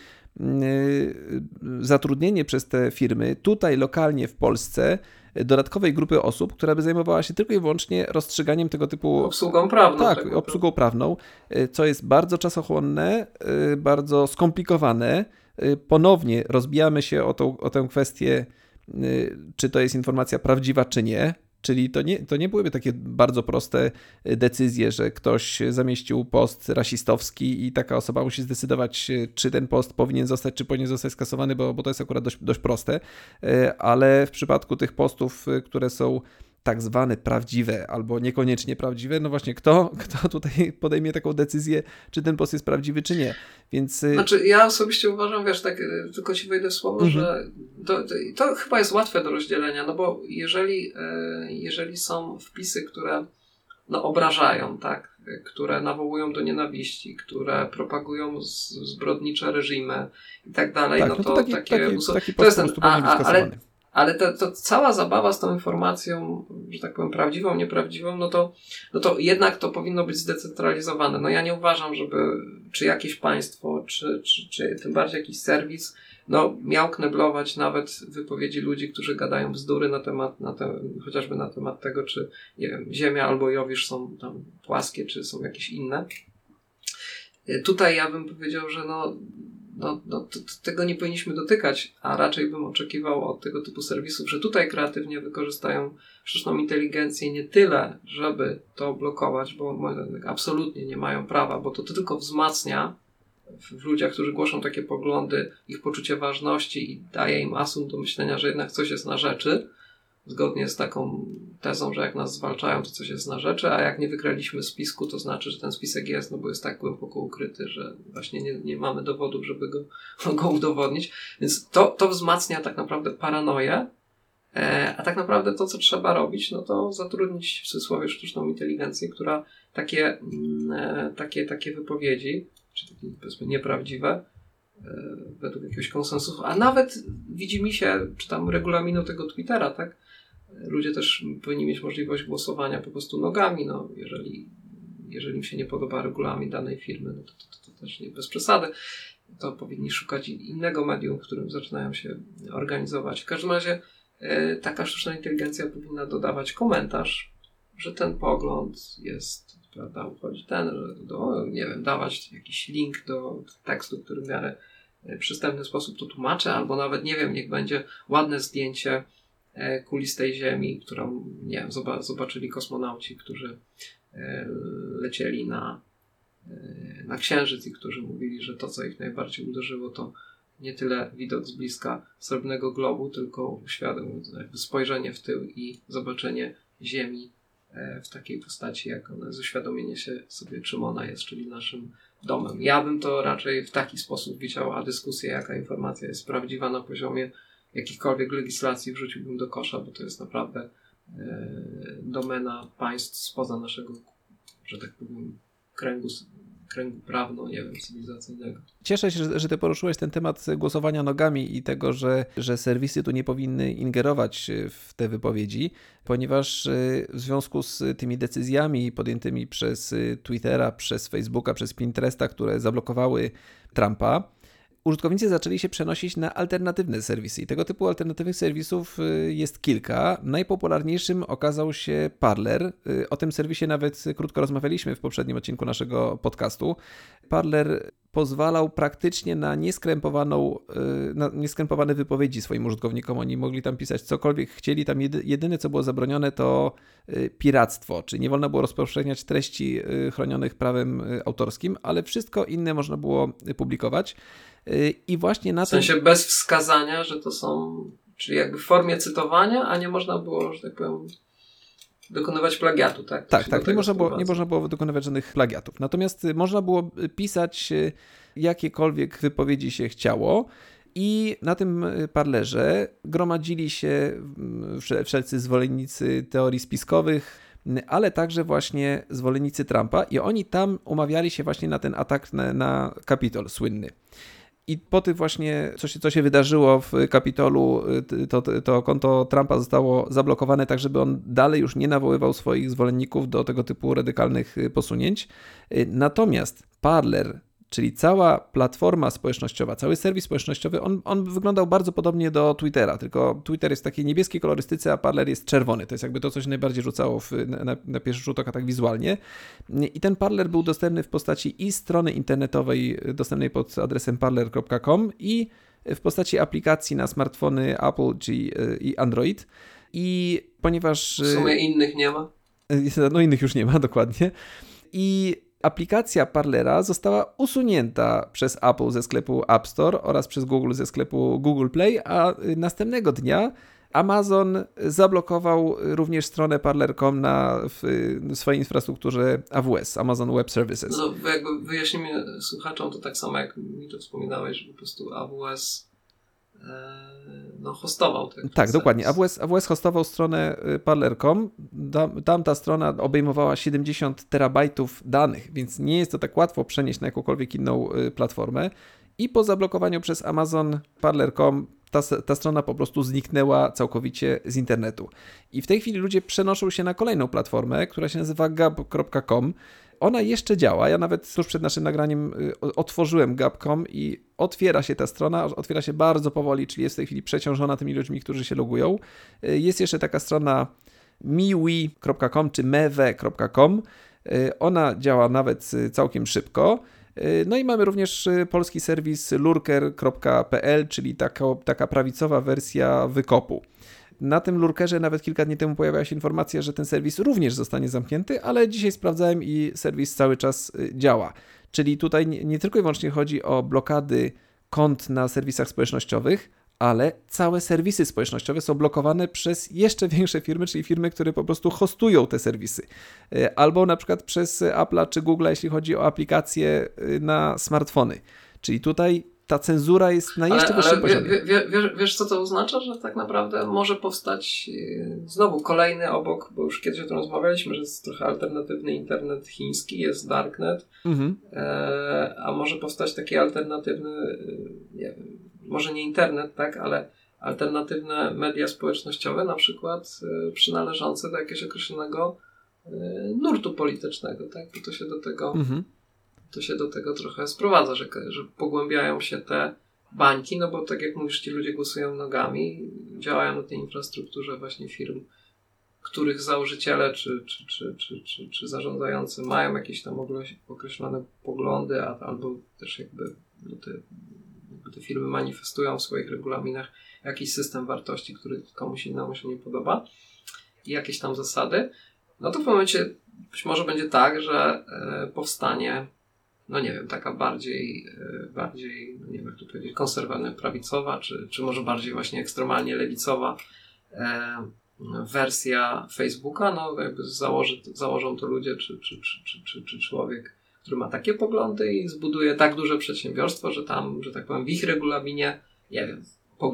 B: zatrudnienie przez te firmy tutaj lokalnie w Polsce dodatkowej grupy osób, która by zajmowała się tylko i wyłącznie rozstrzyganiem tego typu...
C: Obsługą prawną.
B: Tak, obsługą prawną, co jest bardzo czasochłonne, bardzo skomplikowane. Ponownie rozbijamy się o tę kwestię, czy to jest informacja prawdziwa, czy nie. Czyli to nie byłyby takie bardzo proste decyzje, że ktoś zamieścił post rasistowski i taka osoba musi zdecydować, czy ten post powinien zostać, czy powinien zostać skasowany, bo to jest akurat dość proste. Ale w przypadku tych postów, które są tak zwane prawdziwe albo niekoniecznie prawdziwe, no właśnie kto tutaj podejmie taką decyzję, czy ten post jest prawdziwy, czy nie. Więc...
C: Znaczy ja osobiście uważam, wiesz, tak tylko ci wejdę w słowo, że to chyba jest łatwe do rozdzielenia, no bo jeżeli są wpisy, które no, obrażają, tak, które nawołują do nienawiści, które propagują zbrodnicze reżimy i tak dalej,
B: tak,
C: no to
B: taki post po prostu powinien być skasowany.
C: Ale to cała zabawa z tą informacją, że tak powiem, prawdziwą, nieprawdziwą, no to jednak to powinno być zdecentralizowane. No ja nie uważam, żeby czy jakieś państwo, czy tym bardziej jakiś serwis, no miał kneblować nawet wypowiedzi ludzi, którzy gadają bzdury chociażby na temat tego, czy nie wiem, Ziemia albo Jowisz są tam płaskie, czy są jakieś inne. Tutaj ja bym powiedział, że tego nie powinniśmy dotykać, a raczej bym oczekiwał od tego typu serwisów, że tutaj kreatywnie wykorzystają sztuczną inteligencję nie tyle, żeby to blokować, bo absolutnie nie mają prawa, bo to tylko wzmacnia w ludziach, którzy głoszą takie poglądy, ich poczucie ważności i daje im asumpt do myślenia, że jednak coś jest na rzeczy, zgodnie z taką tezą, że jak nas zwalczają, to coś jest na rzeczy, a jak nie wygraliśmy spisku, to znaczy, że ten spisek jest, no bo jest tak głęboko ukryty, że właśnie nie mamy dowodów, żeby go udowodnić. Więc to wzmacnia tak naprawdę paranoję, a tak naprawdę to, co trzeba robić, no to zatrudnić w cudzysłowie sztuczną inteligencję, która takie wypowiedzi, czy takie powiedzmy nieprawdziwe, według jakiegoś konsensusu, a nawet widzi mi się, czy tam regulaminu tego Twittera, tak? Ludzie też powinni mieć możliwość głosowania po prostu nogami, no jeżeli im się nie podoba regulamin danej firmy, no to też nie bez przesady, to powinni szukać innego medium, w którym zaczynają się organizować. W każdym razie taka sztuczna inteligencja powinna dodawać komentarz, że ten pogląd jest, prawda, uchodzi ten, że nie wiem, dawać jakiś link do tekstu, który w miarę przystępny sposób to tłumaczy, albo nawet, nie wiem, niech będzie ładne zdjęcie kulistej Ziemi, którą, nie wiem, zobaczyli kosmonauci, którzy lecieli na Księżyc i którzy mówili, że to, co ich najbardziej uderzyło, to nie tyle widok z bliska srebrnego globu, tylko jakby spojrzenie w tył i zobaczenie Ziemi w takiej postaci, jak ona jest, uświadomienie się sobie, czym ona jest, czyli naszym domem. Ja bym to raczej w taki sposób widział, a dyskusję, jaka informacja jest prawdziwa na poziomie jakichkolwiek legislacji, wrzuciłbym do kosza, bo to jest naprawdę domena państw spoza naszego, że tak powiem, kręgu prawno, nie wiem, cywilizacyjnego.
B: Cieszę się, że ty poruszyłeś ten temat głosowania nogami i tego, że serwisy tu nie powinny ingerować w te wypowiedzi, ponieważ w związku z tymi decyzjami podjętymi przez Twittera, przez Facebooka, przez Pinteresta, które zablokowały Trumpa, użytkownicy zaczęli się przenosić na alternatywne serwisy i tego typu alternatywnych serwisów jest kilka. Najpopularniejszym okazał się Parler. O tym serwisie nawet krótko rozmawialiśmy w poprzednim odcinku naszego podcastu. Parler pozwalał praktycznie na nieskrępowane wypowiedzi swoim użytkownikom. Oni mogli tam pisać cokolwiek chcieli. Tam jedyne, co było zabronione, to piractwo, czyli nie wolno było rozpowszechniać treści chronionych prawem autorskim, ale wszystko inne można było publikować. I właśnie na
C: w sensie bez wskazania, że to są, czyli jakby w formie cytowania, a nie można było, że tak powiem, dokonywać plagiatu, tak?
B: Tak, nie można było dokonywać żadnych plagiatów. Natomiast można było pisać jakiekolwiek wypowiedzi się chciało i na tym Parlerze gromadzili się wszelcy zwolennicy teorii spiskowych, ale także właśnie zwolennicy Trumpa i oni tam umawiali się właśnie na ten atak na Kapitol słynny. I po tym właśnie, co się wydarzyło w Kapitolu, to konto Trumpa zostało zablokowane tak, żeby on dalej już nie nawoływał swoich zwolenników do tego typu radykalnych posunięć. Natomiast Parler, czyli cała platforma społecznościowa, cały serwis społecznościowy, on wyglądał bardzo podobnie do Twittera, tylko Twitter jest w takiej niebieskiej kolorystyce, a Parler jest czerwony. To jest jakby to, co się najbardziej rzucało na pierwszy rzut oka tak wizualnie. I ten Parler był dostępny w postaci i strony internetowej dostępnej pod adresem parler.com i w postaci aplikacji na smartfony Apple i Android. I ponieważ...
C: W sumie innych nie ma.
B: No innych już nie ma, dokładnie. I aplikacja Parlera została usunięta przez Apple ze sklepu App Store oraz przez Google ze sklepu Google Play, a następnego dnia Amazon zablokował również stronę Parler.com na swojej infrastrukturze AWS, Amazon Web Services.
C: No jakby wyjaśnijmy słuchaczom, to tak samo jak mi to wspominałeś, że po prostu AWS hostował ten
B: Tak, dokładnie. AWS hostował stronę Parler.com. Tam ta strona obejmowała 70 terabajtów danych, więc nie jest to tak łatwo przenieść na jakąkolwiek inną platformę. I po zablokowaniu przez Amazon Parler.com ta strona po prostu zniknęła całkowicie z internetu. I w tej chwili ludzie przenoszą się na kolejną platformę, która się nazywa gab.com. Ona jeszcze działa. Ja nawet tuż przed naszym nagraniem otworzyłem gab.com i otwiera się ta strona. Otwiera się bardzo powoli, czyli jest w tej chwili przeciążona tymi ludźmi, którzy się logują. Jest jeszcze taka strona miwi.com czy mewe.com. Ona działa nawet całkiem szybko. No i mamy również polski serwis lurker.pl, czyli taka prawicowa wersja Wykopu. Na tym Lurkerze nawet kilka dni temu pojawiła się informacja, że ten serwis również zostanie zamknięty, ale dzisiaj sprawdzałem i serwis cały czas działa. Czyli tutaj nie tylko i wyłącznie chodzi o blokady kont na serwisach społecznościowych, ale całe serwisy społecznościowe są blokowane przez jeszcze większe firmy, czyli firmy, które po prostu hostują te serwisy. Albo na przykład przez Apple'a czy Google'a, jeśli chodzi o aplikacje na smartfony. Czyli tutaj ta cenzura jest na jeszcze wyższym poziomie.
C: Wiesz, co to oznacza? Że tak naprawdę może powstać znowu kolejny obok, bo już kiedyś o tym rozmawialiśmy, że jest trochę alternatywny internet chiński, jest darknet, a może powstać taki alternatywny, nie wiem, może nie internet, tak, ale alternatywne media społecznościowe, na przykład przynależące do jakiegoś określonego nurtu politycznego, tak, bo to się do tego to się do tego trochę sprowadza, że pogłębiają się te bańki, no bo tak jak mówisz, ci ludzie głosują nogami, działają na tej infrastrukturze właśnie firm, których założyciele czy zarządzający mają jakieś tam określone poglądy, albo też jakby te firmy manifestują w swoich regulaminach jakiś system wartości, który komuś innemu się nie podoba i jakieś tam zasady, no to w momencie być może będzie tak, że powstanie, no nie wiem, taka bardziej no nie wiem jak to powiedzieć, konserwatywna, prawicowa, czy może bardziej właśnie ekstremalnie lewicowa wersja Facebooka, no jakby założą to ludzie, czy człowiek, który ma takie poglądy i zbuduje tak duże przedsiębiorstwo, że tam, że tak powiem, w ich regulaminie, nie wiem,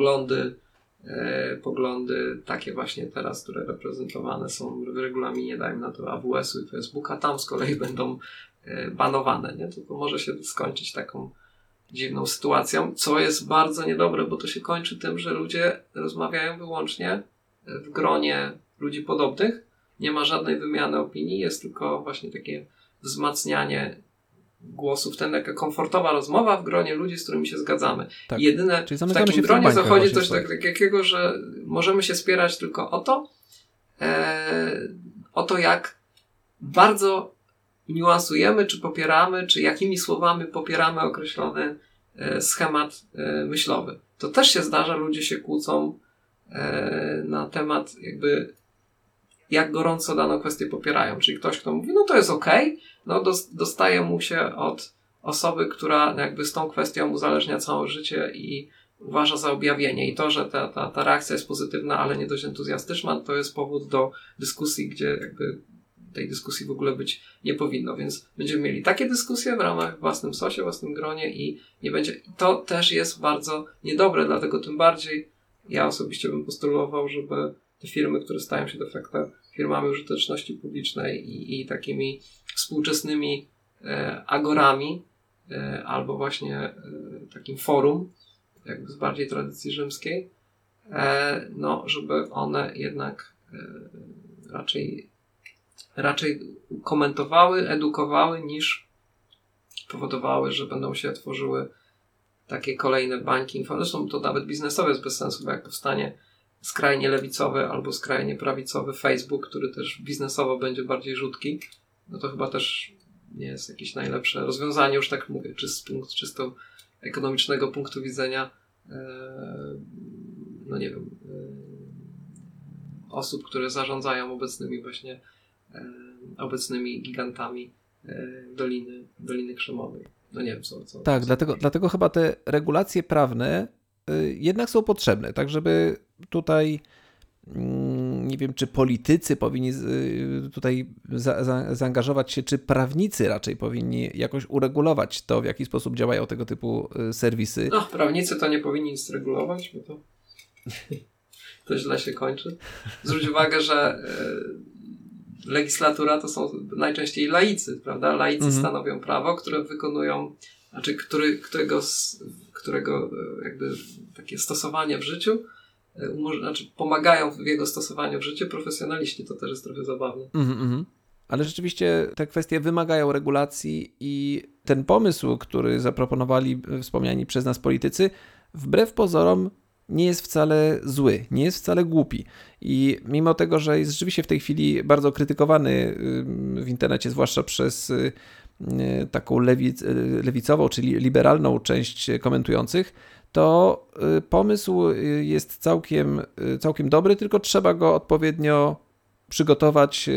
C: poglądy takie właśnie teraz, które reprezentowane są w regulaminie, dajmy na to AWS-u i Facebooka, tam z kolei będą banowane, nie? To może się skończyć taką dziwną sytuacją, co jest bardzo niedobre, bo to się kończy tym, że ludzie rozmawiają wyłącznie w gronie ludzi podobnych, nie ma żadnej wymiany opinii, jest tylko właśnie takie wzmacnianie głosów, taka komfortowa rozmowa w gronie ludzi, z którymi się zgadzamy. Tak. Jedyne w takim gronie zachodzi coś takiego, że możemy się spierać tylko o to, jak bardzo niuansujemy, czy popieramy, czy jakimi słowami popieramy określony schemat myślowy. To też się zdarza, ludzie się kłócą na temat jakby jak gorąco daną kwestię popierają. Czyli ktoś, kto mówi, no to jest okej, no dostaje mu się od osoby, która jakby z tą kwestią uzależnia całe życie i uważa za objawienie. I to, że ta reakcja jest pozytywna, ale nie dość entuzjastyczna, to jest powód do dyskusji, gdzie jakby tej dyskusji w ogóle być nie powinno. Więc będziemy mieli takie dyskusje w ramach własnym sosie, własnym gronie i nie będzie. I to też jest bardzo niedobre, dlatego tym bardziej ja osobiście bym postulował, żeby te firmy, które stają się de facto firmami użyteczności publicznej i takimi współczesnymi agorami albo właśnie takim forum, jakby z bardziej tradycji rzymskiej, no, żeby one jednak raczej komentowały, edukowały, niż powodowały, że będą się tworzyły takie kolejne bańki informacyjne. Zresztą to nawet biznesowe jest bez sensu, bo jak powstanie skrajnie lewicowy albo skrajnie prawicowy Facebook, który też biznesowo będzie bardziej rzutki, no to chyba też nie jest jakieś najlepsze rozwiązanie, już tak mówię, czy z czysto ekonomicznego punktu widzenia, no nie wiem, osób, które zarządzają obecnymi gigantami Doliny Krzemowej. No nie wiem, co.
B: Tak, dlatego chyba te regulacje prawne jednak są potrzebne, tak żeby tutaj nie wiem, czy politycy powinni tutaj zaangażować się, czy prawnicy raczej powinni jakoś uregulować to, w jaki sposób działają tego typu serwisy.
C: No, prawnicy to nie powinni nic regulować, bo to źle się kończy. Zwróć uwagę, że legislatura to są najczęściej laicy, prawda? Laicy stanowią prawo, które wykonują, znaczy którego jakby takie stosowanie w życiu, znaczy pomagają w jego stosowaniu w życiu profesjonaliści. To też jest trochę zabawne.
B: Ale rzeczywiście te kwestie wymagają regulacji i ten pomysł, który zaproponowali wspomniani przez nas politycy, wbrew pozorom nie jest wcale zły, nie jest wcale głupi. I mimo tego, że jest rzeczywiście w tej chwili bardzo krytykowany w internecie, zwłaszcza przez taką lewicową, czyli liberalną część komentujących, to pomysł jest całkiem dobry, tylko trzeba go odpowiednio przygotować,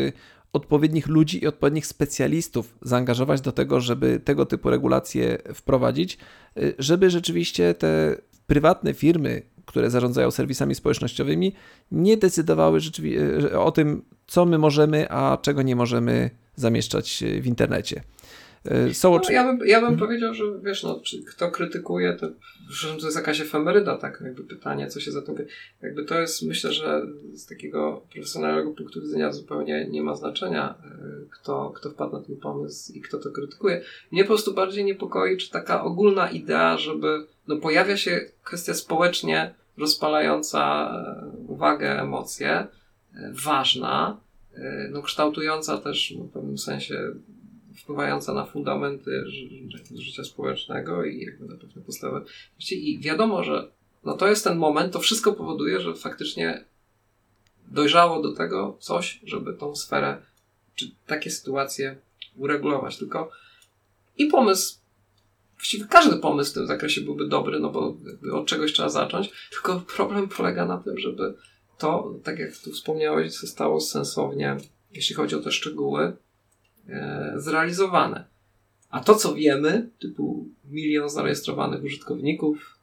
B: odpowiednich ludzi i odpowiednich specjalistów zaangażować do tego, żeby tego typu regulacje wprowadzić, żeby rzeczywiście te prywatne firmy, które zarządzają serwisami społecznościowymi, nie decydowały o tym, co my możemy, a czego nie możemy zamieszczać w internecie.
C: Ja bym powiedział, że wiesz, czy kto krytykuje, że to jest jakaś efemeryda, tak? Jakby pytanie, co się za to... Jakby to jest, myślę, że z takiego profesjonalnego punktu widzenia zupełnie nie ma znaczenia, kto wpadł na ten pomysł i kto to krytykuje. Mnie po prostu bardziej niepokoi, czy taka ogólna idea, żeby... pojawia się kwestia społecznie rozpalająca uwagę, emocje, ważna, kształtująca też w pewnym sensie wpływająca na fundamenty życia społecznego i jakby na pewne podstawy. I wiadomo, że to jest ten moment, to wszystko powoduje, że faktycznie dojrzało do tego coś, żeby tą sferę, czy takie sytuacje uregulować. Tylko i pomysł, właściwie każdy pomysł w tym zakresie byłby dobry, bo od czegoś trzeba zacząć, tylko problem polega na tym, żeby to, tak jak tu wspomniałeś, zostało sensownie, jeśli chodzi o te szczegóły, zrealizowane. A to, co wiemy, typu 1 milion zarejestrowanych użytkowników,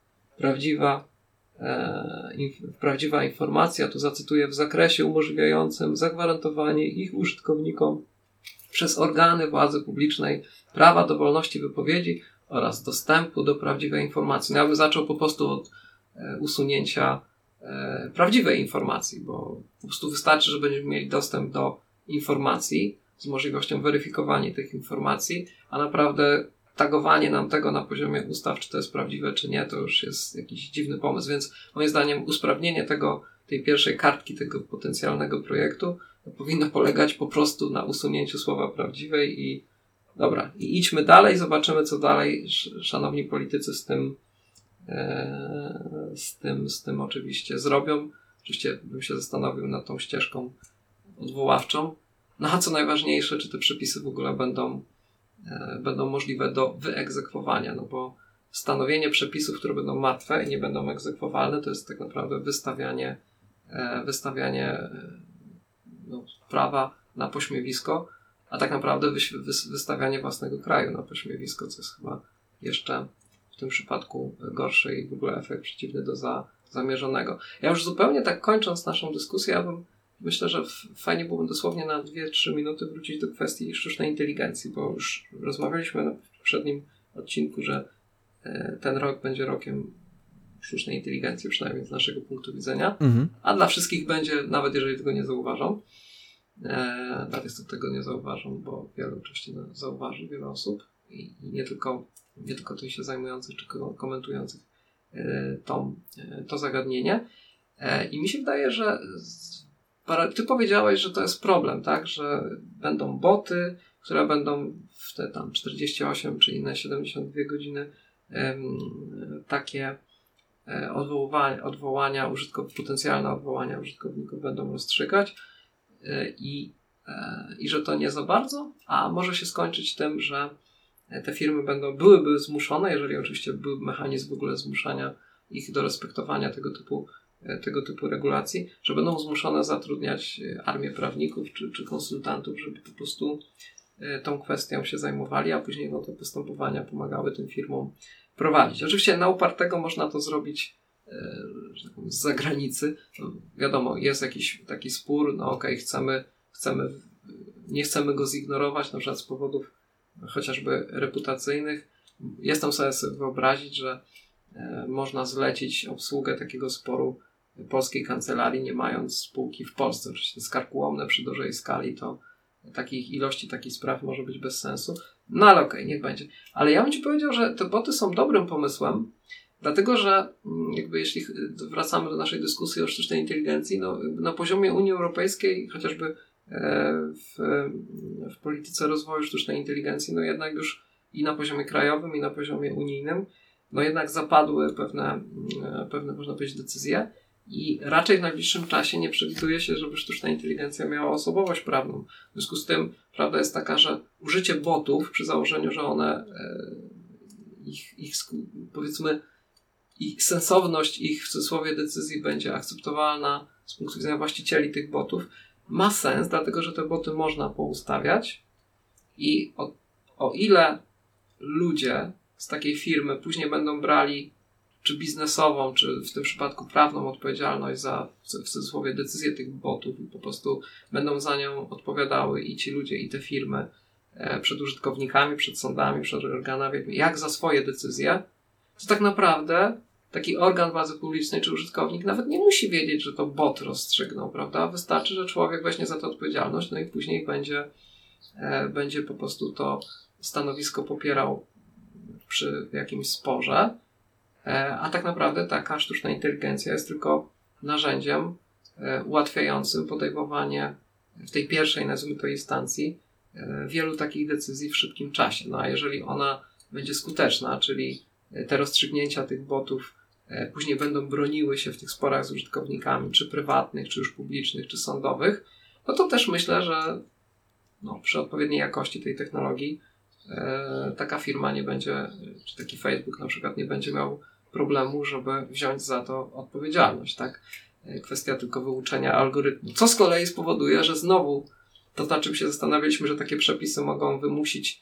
C: prawdziwa informacja, tu zacytuję, w zakresie umożliwiającym zagwarantowanie ich użytkownikom przez organy władzy publicznej prawa do wolności wypowiedzi oraz dostępu do prawdziwej informacji. Ja bym zaczął po prostu od usunięcia prawdziwej informacji, bo po prostu wystarczy, że będziemy mieli dostęp do informacji z możliwością weryfikowania tych informacji, a naprawdę tagowanie nam tego na poziomie ustaw, czy to jest prawdziwe, czy nie, to już jest jakiś dziwny pomysł, więc moim zdaniem usprawnienie tej pierwszej kartki, tego potencjalnego projektu powinno polegać po prostu na usunięciu słowa prawdziwej i dobra, i idźmy dalej, zobaczymy, co dalej szanowni politycy z tym oczywiście zrobią. Oczywiście bym się zastanowił nad tą ścieżką odwoławczą. A co najważniejsze, czy te przepisy w ogóle będą możliwe do wyegzekwowania, bo stanowienie przepisów, które będą martwe i nie będą egzekwowalne, to jest tak naprawdę wystawianie prawa na pośmiewisko, a tak naprawdę wystawianie własnego kraju na pośmiewisko, co jest chyba jeszcze w tym przypadku gorszy i w ogóle efekt przeciwny do zamierzonego. Ja już zupełnie tak kończąc naszą dyskusję, myślę, że fajnie byłoby dosłownie na 2-3 minuty wrócić do kwestii sztucznej inteligencji, bo już rozmawialiśmy w poprzednim odcinku, że ten rok będzie rokiem sztucznej inteligencji, przynajmniej z naszego punktu widzenia, a dla wszystkich będzie, nawet jeżeli tego nie zauważą. Nawet tego nie zauważą, bo wiele oczywiście zauważy, wiele osób i nie tylko tych się zajmujących czy komentujących to zagadnienie. I mi się wydaje, że ty powiedziałeś, że to jest problem, tak, że będą boty, które będą w te tam 48 czy inne 72 godziny takie potencjalne odwołania użytkowników będą rozstrzygać i że to nie za bardzo, a może się skończyć tym, że te firmy byłyby zmuszone, jeżeli oczywiście byłby mechanizm w ogóle zmuszania ich do respektowania tego typu regulacji, że będą zmuszone zatrudniać armię prawników czy konsultantów, żeby po prostu tą kwestią się zajmowali, a później te postępowania pomagały tym firmom prowadzić. Oczywiście na upartego można to zrobić z zagranicy. Wiadomo, jest jakiś taki spór, nie chcemy go zignorować, na przykład z powodów chociażby reputacyjnych. Jestem sobie wyobrazić, że można zlecić obsługę takiego sporu polskiej kancelarii, nie mając spółki w Polsce. Oczywiście to jest karkołomne przy dużej skali, to ilości takich spraw może być bez sensu. Ale okej, niech będzie. Ale ja bym ci powiedział, że te boty są dobrym pomysłem, dlatego że jeśli wracamy do naszej dyskusji o sztucznej inteligencji, na poziomie Unii Europejskiej, chociażby w polityce rozwoju sztucznej inteligencji, jednak już i na poziomie krajowym, i na poziomie unijnym, jednak zapadły pewne, można powiedzieć, decyzje i raczej w najbliższym czasie nie przewiduje się, żeby sztuczna inteligencja miała osobowość prawną. W związku z tym prawda jest taka, że użycie botów przy założeniu, że one powiedzmy ich sensowność ich w cudzysłowie decyzji będzie akceptowalna z punktu widzenia właścicieli tych botów, ma sens, dlatego że te boty można poustawiać i o ile ludzie z takiej firmy później będą brali czy biznesową, czy w tym przypadku prawną odpowiedzialność za, w cudzysłowie, decyzję tych botów i po prostu będą za nią odpowiadały i ci ludzie, i te firmy przed użytkownikami, przed sądami, przed organami, jak za swoje decyzje, to tak naprawdę taki organ władzy publicznej czy użytkownik nawet nie musi wiedzieć, że to bot rozstrzygnął, prawda? Wystarczy, że człowiek weźmie za to odpowiedzialność, no i później będzie po prostu to stanowisko popierał przy jakimś sporze, a tak naprawdę taka sztuczna inteligencja jest tylko narzędziem ułatwiającym podejmowanie w tej pierwszej, nazwijmy to, instancji wielu takich decyzji w szybkim czasie. No a jeżeli ona będzie skuteczna, czyli te rozstrzygnięcia tych botów później będą broniły się w tych sporach z użytkownikami, czy prywatnych, czy już publicznych, czy sądowych, no to też myślę, że przy odpowiedniej jakości tej technologii taka firma nie będzie, czy taki Facebook na przykład nie będzie miał problemu, żeby wziąć za to odpowiedzialność, tak? Kwestia tylko wyuczenia algorytmu. Co z kolei spowoduje, że znowu to, na czym się zastanawialiśmy, że takie przepisy mogą wymusić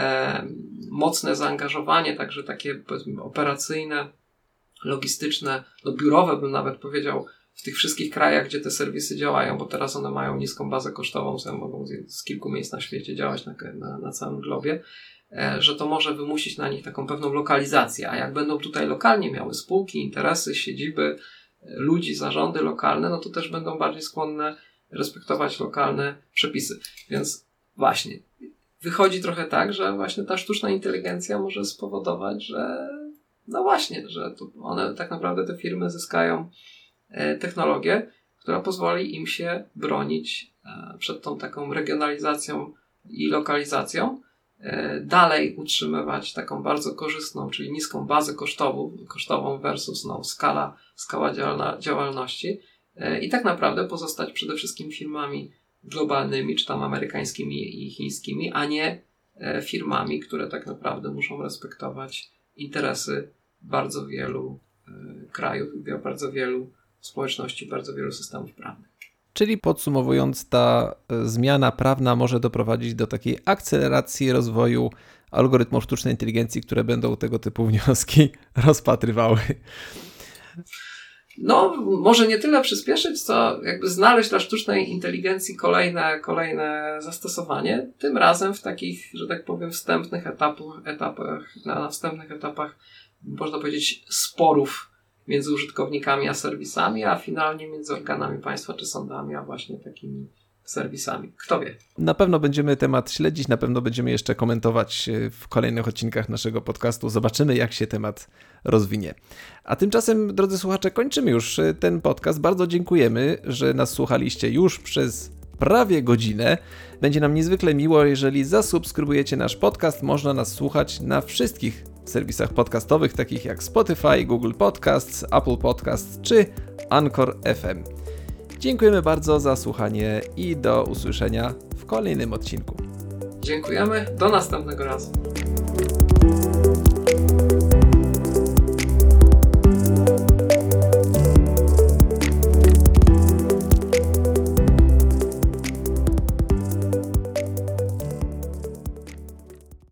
C: mocne zaangażowanie, także takie, powiedzmy, operacyjne, logistyczne, biurowe bym nawet powiedział, w tych wszystkich krajach, gdzie te serwisy działają, bo teraz one mają niską bazę kosztową, mogą z kilku miejsc na świecie działać na całym globie, że to może wymusić na nich taką pewną lokalizację, a jak będą tutaj lokalnie miały spółki, interesy, siedziby, ludzi, zarządy lokalne, no to też będą bardziej skłonne respektować lokalne przepisy. Więc właśnie, wychodzi trochę tak, że właśnie ta sztuczna inteligencja może spowodować, że że to one tak naprawdę, te firmy zyskają technologię, która pozwoli im się bronić przed tą taką regionalizacją i lokalizacją, dalej utrzymywać taką bardzo korzystną, czyli niską bazę kosztową versus skala działalności i tak naprawdę pozostać przede wszystkim firmami globalnymi, czy tam amerykańskimi i chińskimi, a nie firmami, które tak naprawdę muszą respektować interesy bardzo wielu krajów, bardzo wielu społeczności, bardzo wielu systemów prawnych.
B: Czyli podsumowując, ta zmiana prawna może doprowadzić do takiej akceleracji rozwoju algorytmów sztucznej inteligencji, które będą tego typu wnioski rozpatrywały.
C: Może nie tyle przyspieszyć, co jakby znaleźć dla sztucznej inteligencji kolejne zastosowanie, tym razem w takich, że tak powiem, wstępnych etapach, na wstępnych etapach, można powiedzieć, sporów między użytkownikami a serwisami, a finalnie między organami państwa czy sądami, a właśnie takimi serwisami. Kto wie?
B: Na pewno będziemy temat śledzić, na pewno będziemy jeszcze komentować w kolejnych odcinkach naszego podcastu. Zobaczymy, jak się temat rozwinie. A tymczasem, drodzy słuchacze, kończymy już ten podcast. Bardzo dziękujemy, że nas słuchaliście już przez prawie godzinę. Będzie nam niezwykle miło, jeżeli zasubskrybujecie nasz podcast. Można nas słuchać na wszystkich serwisach podcastowych, takich jak Spotify, Google Podcasts, Apple Podcasts czy Anchor FM. Dziękujemy bardzo za słuchanie i do usłyszenia w kolejnym odcinku.
C: Dziękujemy, do następnego razu.